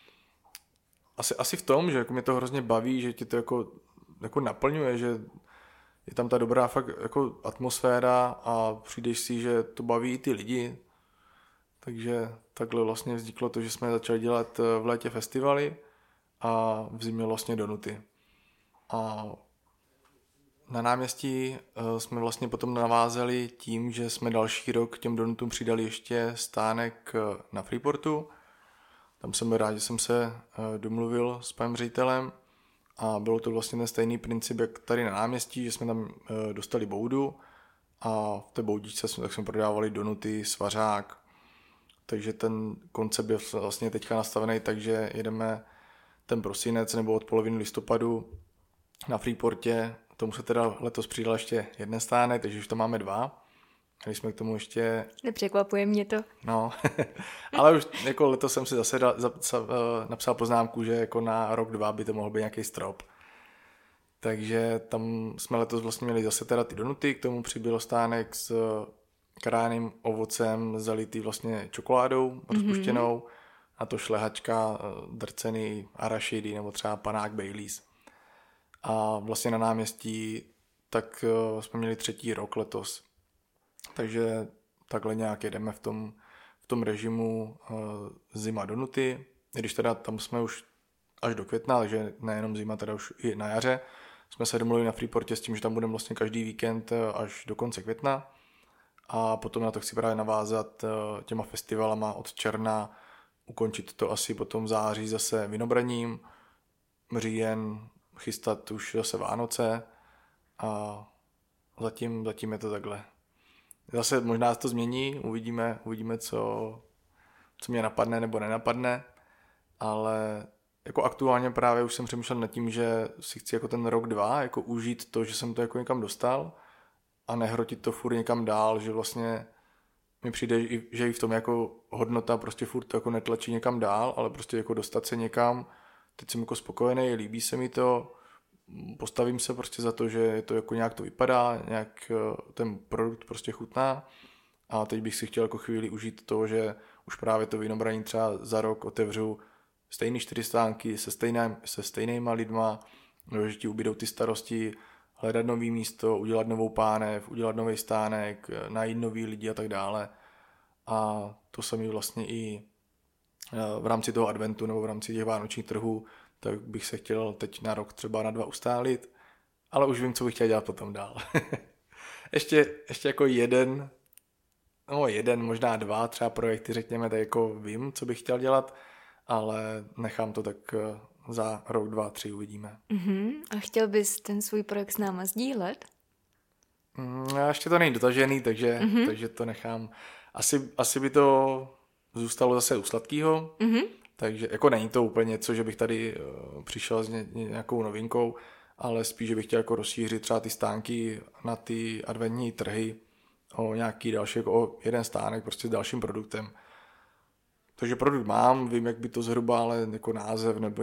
Speaker 2: Asi v tom, že jako mě to hrozně baví, že ti to jako naplňuje, že je tam ta dobrá fakt jako atmosféra a přijdeš si, že to baví i ty lidi. Takže takhle vlastně vzniklo to, že jsme začali dělat v létě festivaly a v zimě vlastně donuty. A na náměstí jsme vlastně potom navázali tím, že jsme další rok k těm donutům přidali ještě stánek na Freeportu. Tam jsem byl rád, že jsem se domluvil s panem ředitelem a bylo to vlastně ten stejný princip, jak tady na náměstí, že jsme tam dostali boudu a v té boudičce jsme prodávali donuty, svařák. Takže ten koncept je vlastně teďka nastavený, takže jedeme ten prosinec nebo od poloviny listopadu na Freeportě. Tomu se teda letos přidal ještě jeden stánek, takže už to máme 2. Když jsme k tomu ještě...
Speaker 1: Nepřekvapuje mě to.
Speaker 2: No, ale už jako letos jsem si zase napsal poznámku, že jako na rok 2 by to mohl být nějaký strop. Takže tam jsme letos vlastně měli zase teda ty donuty, k tomu přibyl stánek s kráným ovocem zalitý vlastně čokoládou rozpuštěnou, a to šlehačka, drcený arašidy nebo třeba panák Baileys. A vlastně na náměstí tak jsme měli 3. rok letos. Takže takhle nějak jedeme v tom režimu zima donuty, když teda tam jsme už až do května, takže nejenom zima, teda už i na jaře. Jsme se domluvili na Freeportě s tím, že tam budeme vlastně každý víkend až do konce května a potom na to chci právě navázat těma festivalama od června, ukončit to asi potom v září zase Vinobraním, říjen, chystat už zase Vánoce a zatím je to takhle. Zase možná se to změní, uvidíme, co mě napadne nebo nenapadne, ale jako aktuálně právě už jsem přemýšlel nad tím, že si chci jako ten rok, 2 jako užít to, že jsem to jako někam dostal a nehrotit to furt někam dál, že vlastně mi přijde, že i v tom jako hodnota prostě furt to jako netlačí někam dál, ale prostě jako dostat se někam, teď jsem jako spokojený, líbí se mi to, postavím se prostě za to, že to jako nějak to vypadá, nějak ten produkt prostě chutná a teď bych si chtěl jako chvíli užít to, že už právě to Vinobraní třeba za rok otevřu stejný 4 stánky se stejnýma lidma, že ti ubydou ty starosti, hledat nový místo, udělat novou pánev, udělat nový stánek, najít nový lidi a tak dále. A to se mi vlastně i v rámci toho adventu nebo v rámci těch vánočních trhů, tak bych se chtěl teď na rok třeba na 2 ustálit, ale už vím, co bych chtěl dělat potom dál. ještě jako jeden, možná 2 třeba projekty, řekněme, tak jako vím, co bych chtěl dělat, ale nechám to tak za rok, 2, 3 uvidíme.
Speaker 1: A chtěl bys ten svůj projekt s náma sdílet?
Speaker 2: Ještě to není dotažený, takže to nechám. Asi by to zůstalo zase u sladkýho, takže jako není to úplně něco, že bych tady přišel s nějakou novinkou, ale spíš, že bych chtěl jako rozšířit třeba ty stánky na ty adventní trhy o nějaký další, jako o jeden stánek prostě s dalším produktem. Takže produkt mám, vím, jak by to zhruba, ale jako název nebo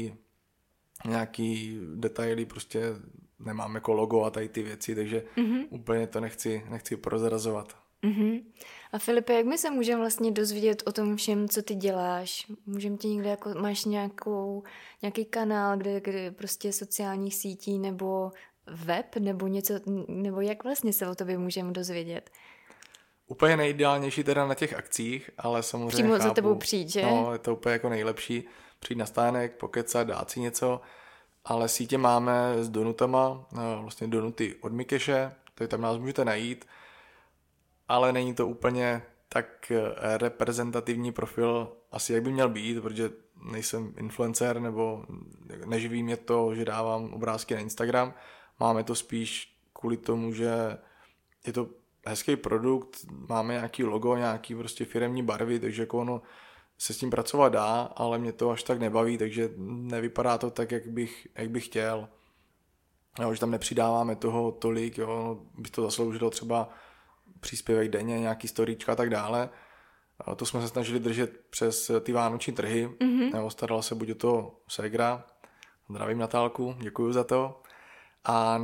Speaker 2: nějaký detaily prostě nemám jako logo a tady ty věci, takže úplně to nechci prozrazovat.
Speaker 1: A Filipe, jak my se můžeme vlastně dozvědět o tom všem, co ty děláš? Můžeme ti někde jako, máš nějaký kanál, kde prostě sociálních sítí nebo web nebo něco, nebo jak vlastně se o tobě můžeme dozvědět?
Speaker 2: Úplně nejideálnější teda na těch akcích, ale samozřejmě
Speaker 1: přímo
Speaker 2: chápu,
Speaker 1: za tebou přijít, že?
Speaker 2: No, je to úplně jako nejlepší, přijít na stánek, pokecat, dát si něco, ale sítě máme s donutama, vlastně donuty od Mikeše, takže tam nás můžete najít, ale není to úplně tak reprezentativní profil, asi jak by měl být, protože nejsem influencer, nebo neživí mě to, že dávám obrázky na Instagram, máme to spíš kvůli tomu, že je to hezký produkt, máme nějaký logo, nějaký prostě firemní barvy, takže jako ono se s tím pracovat dá, ale mě to až tak nebaví, takže nevypadá to tak, jak bych chtěl. Jo, že tam nepřidáváme toho tolik, jo, by to zasloužilo třeba příspěvek denně, nějaký storíčka a tak dále. A to jsme se snažili držet přes ty vánoční trhy. Jo, starala se buď o to ségra, zdravím Natálku, děkuju za to, a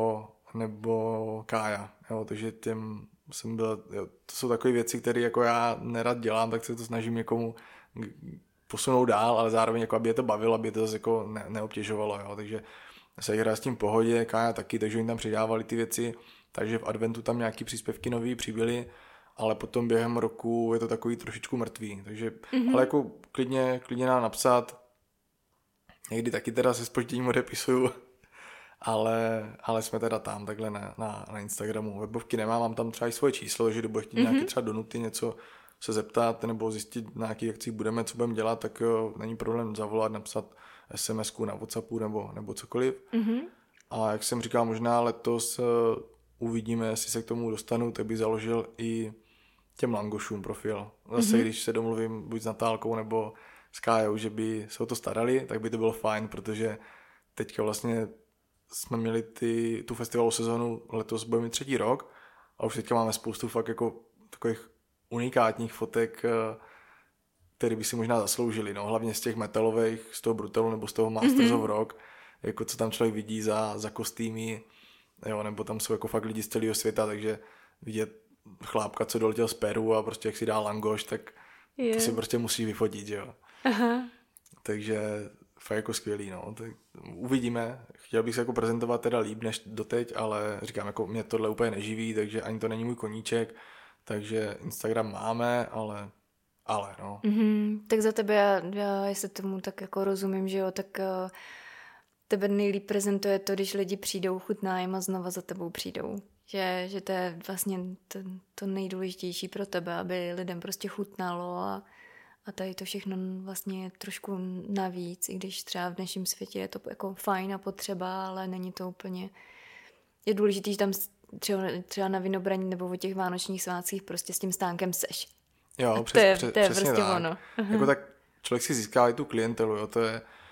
Speaker 2: nebo Kája. Jo, takže těm jsem byl, jo, to jsou takové věci, které jako já nerad dělám, tak se to snažím někomu posunout dál, ale zároveň jako aby je to bavilo, aby je to zase jako neobtěžovalo. Jo, takže se hraje s tím v pohodě, Kája taky, takže oni tam přidávali ty věci, takže v adventu tam nějaký příspěvky nový přibyly, ale potom během roku je to takový trošičku mrtvý, takže ale jako klidně nám napsat, někdy taky teda se zpožděním odepisuju, ale jsme teda tam takhle na Instagramu. Webovky nemám, mám tam třeba i svoje číslo, takže kdo bude chtít nějaké třeba donuty, něco se zeptat nebo zjistit, na jakých akcích budeme, co budeme dělat, tak jo, není problém zavolat, napsat SMS-ku na WhatsAppu nebo cokoliv. A jak jsem říkal, možná letos uvidíme, jestli se k tomu dostanu, tak bych založil i těm langošům profil. Zase, když se domluvím buď s Natálkou nebo s Kájou, že by se o to starali, tak by to bylo fajn, protože teďka vlastně jsme měli tu festivalovou sezonu, letos budeme mít 3. rok a už teďka máme spoustu fakt jako takových unikátních fotek, které by si možná zasloužili, no, hlavně z těch metalových, z toho Brutalu nebo z toho Masters of Rock, jako co tam člověk vidí za kostýmy, jo, nebo tam jsou jako fakt lidi z celého světa, takže vidět chlápka, co doletěl z Peru a prostě jak si dá langoš, tak to si prostě musí vyfotit, jo. Takže fakt jako skvělý, no. Tak uvidíme. Chtěl bych se jako prezentovat teda líp než doteď, ale říkám, jako mě tohle úplně neživí, takže ani to není můj koníček, takže Instagram máme, ale no.
Speaker 1: Tak za tebe, já jestli tomu tak jako rozumím, že jo, tak tebe nejlíp prezentuje to, když lidi přijdou, chutná jim a znova za tebou přijdou. Že to je vlastně to nejdůležitější pro tebe, aby lidem prostě chutnalo a tady to všechno vlastně je trošku navíc, i když třeba v dnešním světě je to jako fajn a potřeba, ale není to úplně... Je důležitý, že tam třeba na Vinobraní nebo o těch vánočních svátcích prostě s tím stánkem seš.
Speaker 2: Jo,
Speaker 1: to je
Speaker 2: přesně
Speaker 1: prostě
Speaker 2: tak.
Speaker 1: ono.
Speaker 2: Jako tak člověk si získá i tu klientelu, jo, to je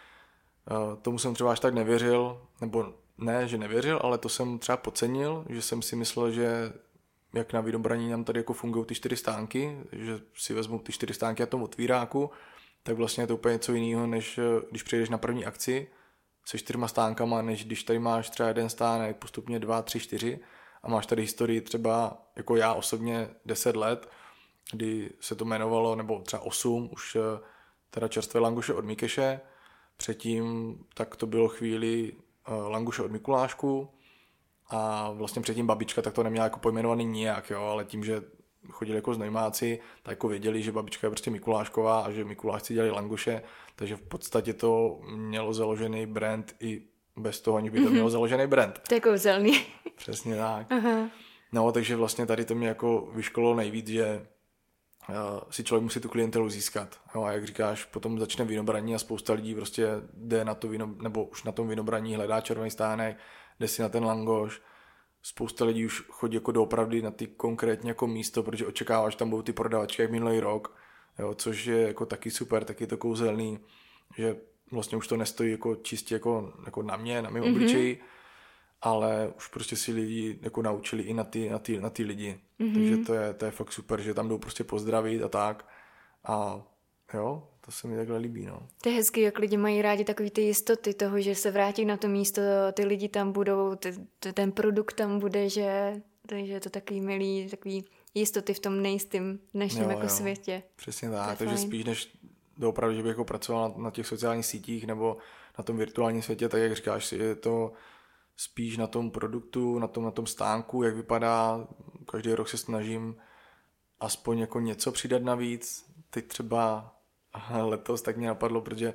Speaker 2: Tomu jsem třeba až tak nevěřil, nebo ne, že nevěřil, ale to jsem třeba podcenil, že jsem si myslel, že jak na Vinobraní nám tady jako fungují ty 4 stánky, že si vezmu ty 4 stánky na tom otvíráku, tak vlastně je to úplně něco jiného, než když přijdeš na první akci se 4 stánkama, než když tady máš třeba jeden stánek, postupně 2, 3, 4 a máš tady historii třeba jako já osobně 10 let, kdy se to jmenovalo, nebo třeba 8, už teda čerstvé langoše od Mikeše, předtím tak to bylo chvíli langoše od Mikulášku a vlastně předtím babička tak to neměla jako pojmenovaný nijak, jo, ale tím, že chodili jako znajmáci, tak jako věděli, že babička je prostě Mikulášková a že Mikulášci dělali langoše, takže v podstatě to mělo založený brand i bez toho, aniž by to mělo založený brand.
Speaker 1: To je kouzelný.
Speaker 2: Přesně tak.
Speaker 1: Aha.
Speaker 2: No, takže vlastně tady to mě jako vyškolilo nejvíc, že si člověk musí tu klientelu získat. Jo, a jak říkáš, potom začne vínobraní a spousta lidí prostě jde na to víno, nebo už na tom vínobraní hledá červený stánek, jde si na ten langoš. Spousta lidí už chodí jako doopravdy na ty konkrétně jako místo, protože očekáváš, že tam budou ty prodavačky jak minulý rok, jo, což je jako taky super, taky to kouzelný, že vlastně už to nestojí jako čistě jako na mě, na mém obličeji, ale už prostě si lidi jako naučili i na ty lidi. Takže to je fakt super, že tam jdou prostě pozdravit a tak. A jo, to se mi takhle líbí, no.
Speaker 1: To je hezký, jak lidi mají rádi takový ty jistoty toho, že se vrátí na to místo, ty lidi tam budou, ten produkt tam bude, že takže je to takový milý, takový jistoty v tom nejistým dnešním jako světě.
Speaker 2: Přesně tak, takže spíš než doopravdy, že bych jako pracoval na těch sociálních sítích nebo na tom virtuálním světě, tak jak říkáš, je to spíš na tom produktu, na tom stánku, jak vypadá. Každý rok se snažím aspoň jako něco přidat navíc. Teď třeba letos tak mě napadlo, protože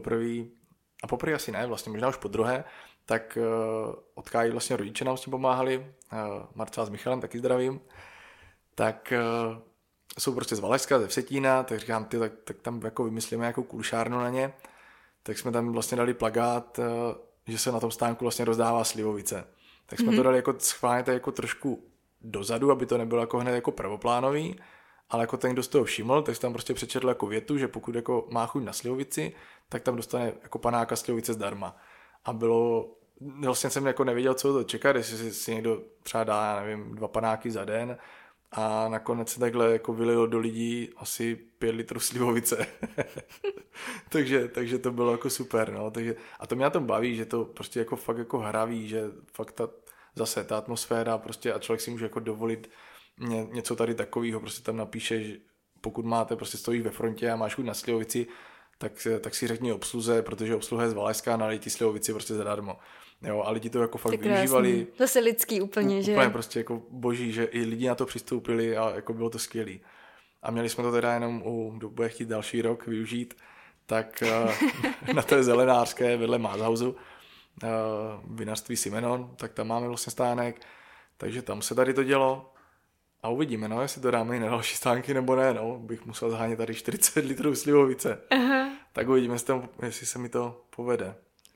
Speaker 2: poprvé asi ne, vlastně možná už po druhé, tak od Káji vlastně rodiče nám s tím pomáhali, Marcela s Michalem, taky zdravím, tak jsou prostě z Valašska, ze Vsetína, tak říkám, tak tam jako vymyslíme nějakou kulšárnu na ně, tak jsme tam vlastně dali plakát, že se na tom stánku vlastně rozdává slivovice. Tak jsme to dali jako schválně jako trošku dozadu, aby to nebylo jako hned jako prvoplánový, ale jako ten, kdo z toho všiml, tak tam prostě přečetl jako větu, že pokud jako má chuť na slivovici, tak tam dostane jako panáka slivovice zdarma. A vlastně jsem jako nevěděl, co to čekat, jestli si někdo třeba dá, já nevím, 2 panáky za den a nakonec se takhle jako vylilo do lidí asi 5 litrů slivovice. takže to bylo jako super, no. A to mě na tom baví, že to prostě jako fakt jako hraví, že fakt zase ta atmosféra prostě a člověk si může jako dovolit něco tady takového, prostě tam napíše, že pokud máte, prostě stojíš ve frontě a máš chuť na slivovici, tak si řekni obsluze, protože obsluha je z Valašska a nalej ti slivovici prostě zadarmo. Jo, a lidi to jako fakt využívali.
Speaker 1: Zase lidský úplně, že?
Speaker 2: Úplně prostě jako boží, že i lidi na to přistoupili a jako bylo to skvělý. A měli jsme to teda jenom kdo bude chtít další rok využít, tak na té zelenářské vedle Mázhausu, vinařství Simenon, tak tam máme vlastně stánek, takže tam se tady to dělo. A uvidíme, no, jestli to dáme i na další stánky nebo ne, no, bych musel zhánět tady 40 litrů slivovice. Aha. Tak uvidíme, jestli se mi to povede.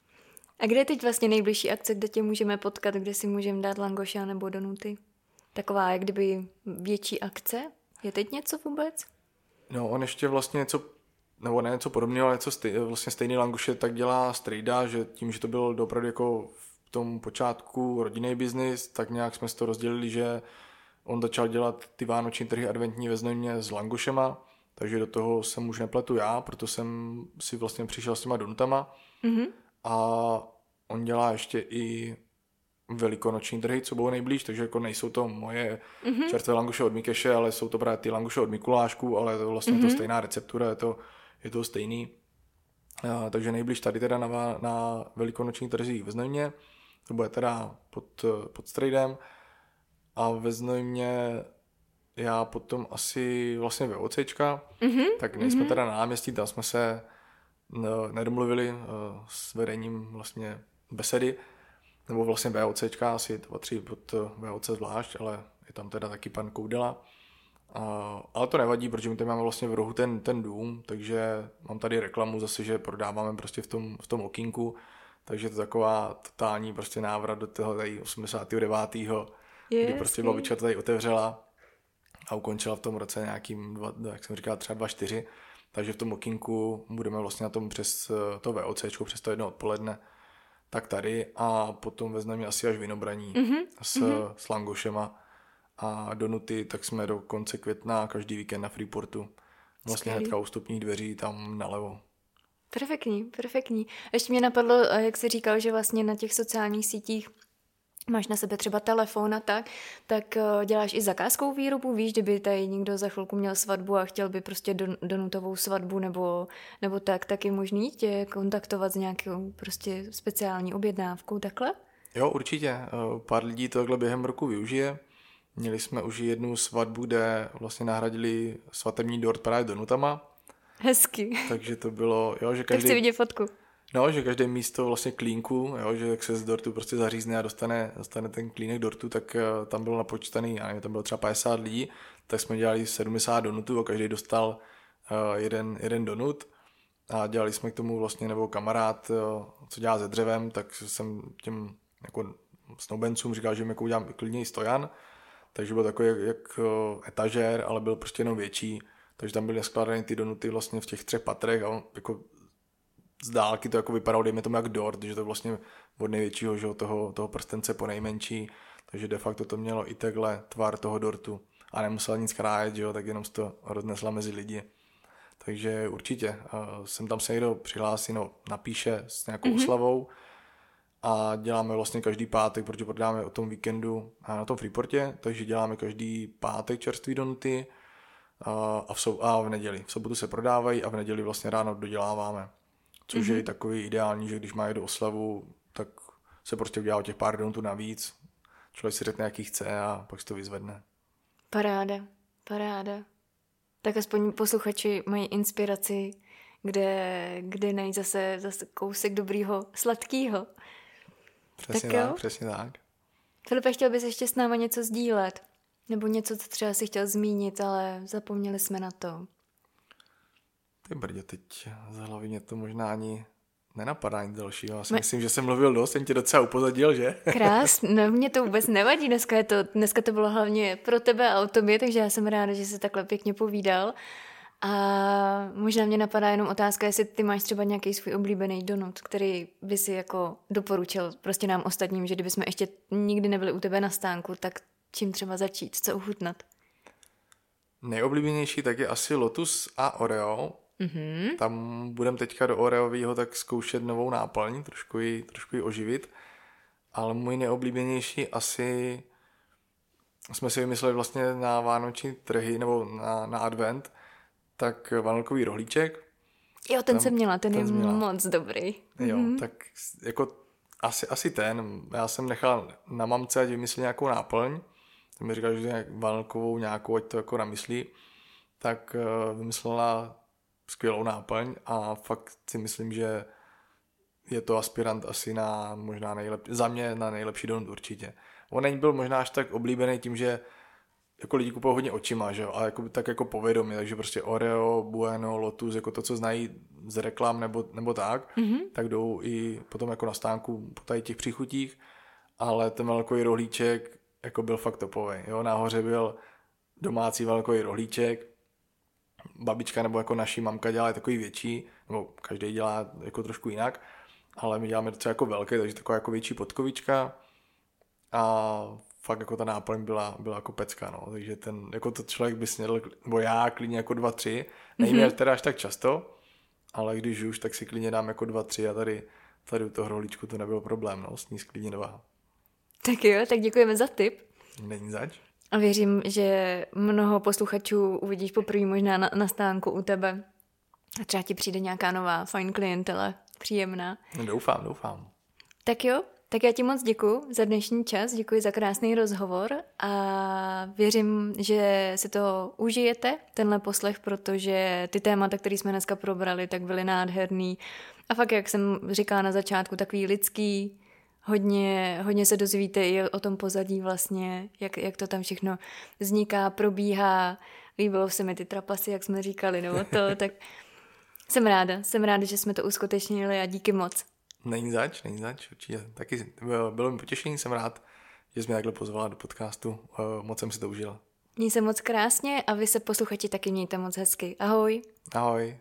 Speaker 1: A kde je teď vlastně nejbližší akce, kde tě můžeme potkat, kde si můžeme dát langoše nebo donuty? Taková, jak kdyby větší akce? Je teď něco vůbec?
Speaker 2: No, on ještě vlastně něco podobného, ale vlastně stejný langoše tak dělá Strejda, že tím, že to bylo opravdu jako v tom počátku rodinný biznis, tak nějak jsme si to rozdělili, že on začal dělat ty vánoční trhy adventní ve Znojmě s langošema, takže do toho jsem už nepletu já, proto jsem si vlastně přišel s těma donutama. Mm-hmm. A on dělá ještě i velikonoční trhy, co budou nejblíž, takže jako nejsou to moje čerstvé langoše od Mikeše, ale jsou to právě ty langoše od Mikulášku, ale to vlastně to stejná receptura, je to stejný. Takže nejblíž tady teda na velikonočních trzích ve Znojmě, to bude teda pod Strejdem. A ve Znojmě já potom asi vlastně ve OCčka, tak nejsme teda na náměstí, tam jsme se nedomluvili s vedením vlastně besedy, nebo vlastně VOCčka, asi to patří pod VOC zvlášť, ale je tam teda taky pan Koudela. Ale to nevadí, protože my tady máme vlastně v rohu ten dům, takže mám tady reklamu zase, že prodáváme prostě v tom okýnku, takže to je taková totální prostě návrat do toho tady 89. Kdy prostě babička to tady otevřela a ukončila v tom roce nějakým, jak jsem říkal, třeba 2-4, takže v tom okýnku budeme vlastně na tom přes to VOCčko, přes to jedno odpoledne, tak tady a potom vezmeme asi až Vinobraní s langošema a do Nuty, tak jsme do konce května každý víkend na Freeportu. Vlastně hnedka u vstupních dveří tam nalevo.
Speaker 1: Perfektní. Ještě mě napadlo, jak jsi říkal, že vlastně na těch sociálních sítích máš na sebe třeba telefon a tak děláš i zakázkovou výrobu, víš, kdyby tady někdo za chvilku měl svatbu a chtěl by prostě donutovou svatbu nebo tak je možný tě kontaktovat s nějakou prostě speciální objednávkou takhle?
Speaker 2: Jo, určitě. Pár lidí to takhle během roku využije. Měli jsme už jednu svatbu, kde vlastně nahradili svatební dort právě donutama.
Speaker 1: Hezky.
Speaker 2: Takže to bylo, jo, že každý...
Speaker 1: Tak chci vidět fotku.
Speaker 2: No, že každé místo vlastně klínku, jo, že jak se z dortu prostě zařízne a dostane ten klínek dortu, tak tam bylo napočítaný, já nevím, tam bylo třeba 50 lidí, tak jsme dělali 70 donutů a každý dostal jeden donut a dělali jsme k tomu vlastně, nebo kamarád, co dělá se dřevem, tak jsem těm jako snoubencům říkal, že jim jako udělám klidně i stojan, takže byl takový jak etažér, ale byl prostě jenom větší, takže tam byly naskladané ty donuty vlastně v těch 3 patrech a jako z dálky to jako vypadalo, dejme tomu jak dort, že to vlastně od největšího, že, toho prstence po nejmenší, takže de facto to mělo i takhle tvar toho dortu a nemusel nic krájet, že jo, tak jenom se to roznesla mezi lidi. Takže určitě, sem tam se někdo přihlásí, no, napíše s nějakou oslavou a děláme vlastně každý pátek, protože prodáme o tom víkendu na tom Freeportě, takže děláme každý pátek čerstvý donuty a v neděli. V sobotu se prodávají a v neděli vlastně ráno doděláváme. Což je i takový ideální, že když má někdo oslavu, tak se prostě udělá o těch pár donutů navíc. Člověk si řekne, jaký chce a pak si to vyzvedne.
Speaker 1: Paráda. Tak aspoň posluchači mají inspiraci, kde najít zase kousek dobrýho sladkýho.
Speaker 2: Přesně tak.
Speaker 1: Filipe, chtěl bys ještě s náma něco sdílet? Nebo něco, co třeba si chtěl zmínit, ale zapomněli jsme na to.
Speaker 2: Ty brdě, teď z hlavy mě to možná ani nenapadá nic dalšího. Já si myslím, že jsem mluvil dost, jsem tě docela upozadil, že?
Speaker 1: No mě to vůbec nevadí, dneska to bylo hlavně pro tebe a o tobě, takže já jsem ráda, že jsi takhle pěkně povídal. A možná mě napadá jenom otázka, jestli ty máš třeba nějaký svůj oblíbený donut, který by si jako doporučil prostě nám ostatním, že kdybychom ještě nikdy nebyli u tebe na stánku, tak čím třeba začít, co ochutnat?
Speaker 2: Nejoblíbenější tak je asi Lotus a Oreo. Mm-hmm. Tam budeme teďka do Oreovýho tak zkoušet novou náplň, trošku ji oživit. Ale můj nejoblíbenější asi jsme si vymysleli vlastně na vánoční trhy nebo na advent, tak vanilkový rohlíček.
Speaker 1: Jo, ten jsem měla, ten je moc dobrý.
Speaker 2: Jo, tak jako asi ten. Já jsem nechal na mamce, ať vymyslí nějakou náplň. Jsem mi říkal, že vanilkovou nějakou, ať to jako namyslí. Tak vymyslela skvělou náplň a fakt si myslím, že je to aspirant asi na možná za mě na nejlepší donut určitě. On nebyl možná až tak oblíbený tím, že jako lidi kupují hodně očima, že jo, a jako, tak jako povědomě, takže prostě Oreo, Bueno, Lotus, jako to, co znají z reklam nebo tak, tak jdou i potom jako na stánku po tady těch příchutích, ale ten velký rohlíček jako byl fakt topový, jo, nahoře byl domácí velký rohlíček, babička nebo jako naší mamka dělá takový větší, nebo každý dělá jako trošku jinak, ale my děláme docela jako velké, takže taková jako větší podkovička a fakt jako ta náplň byla jako pecka, no, takže ten, jako to člověk by snědl, nebo já klidně jako 2-3, nejme teda až tak často, ale když už, tak si klidně dám jako 2-3 a tady u toho rohlíčku to nebyl problém, no, sníst klidně 2.
Speaker 1: Tak jo, tak děkujeme za tip.
Speaker 2: Není zač.
Speaker 1: A věřím, že mnoho posluchačů uvidíš poprvé možná na stánku u tebe. A třeba ti přijde nějaká nová fajn klientela, příjemná.
Speaker 2: Doufám.
Speaker 1: Tak jo, tak já ti moc děkuji za dnešní čas, děkuji za krásný rozhovor a věřím, že si to užijete, tenhle poslech, protože ty témata, které jsme dneska probrali, tak byly nádherný. A fakt, jak jsem říkala na začátku, takový lidský, hodně se dozvíte i o tom pozadí vlastně, jak to tam všechno vzniká, probíhá. Líbilo se mi ty trapasy, jak jsme říkali, nebo to, tak jsem ráda, že jsme to uskutečnili a díky moc.
Speaker 2: Není zač, určitě. Taky bylo mi potěšení, jsem rád, že jsi mě takhle pozvala do podcastu, moc jsem si to užil.
Speaker 1: Měj se moc krásně a vy se posluchači taky mějte moc hezky. Ahoj.
Speaker 2: Ahoj.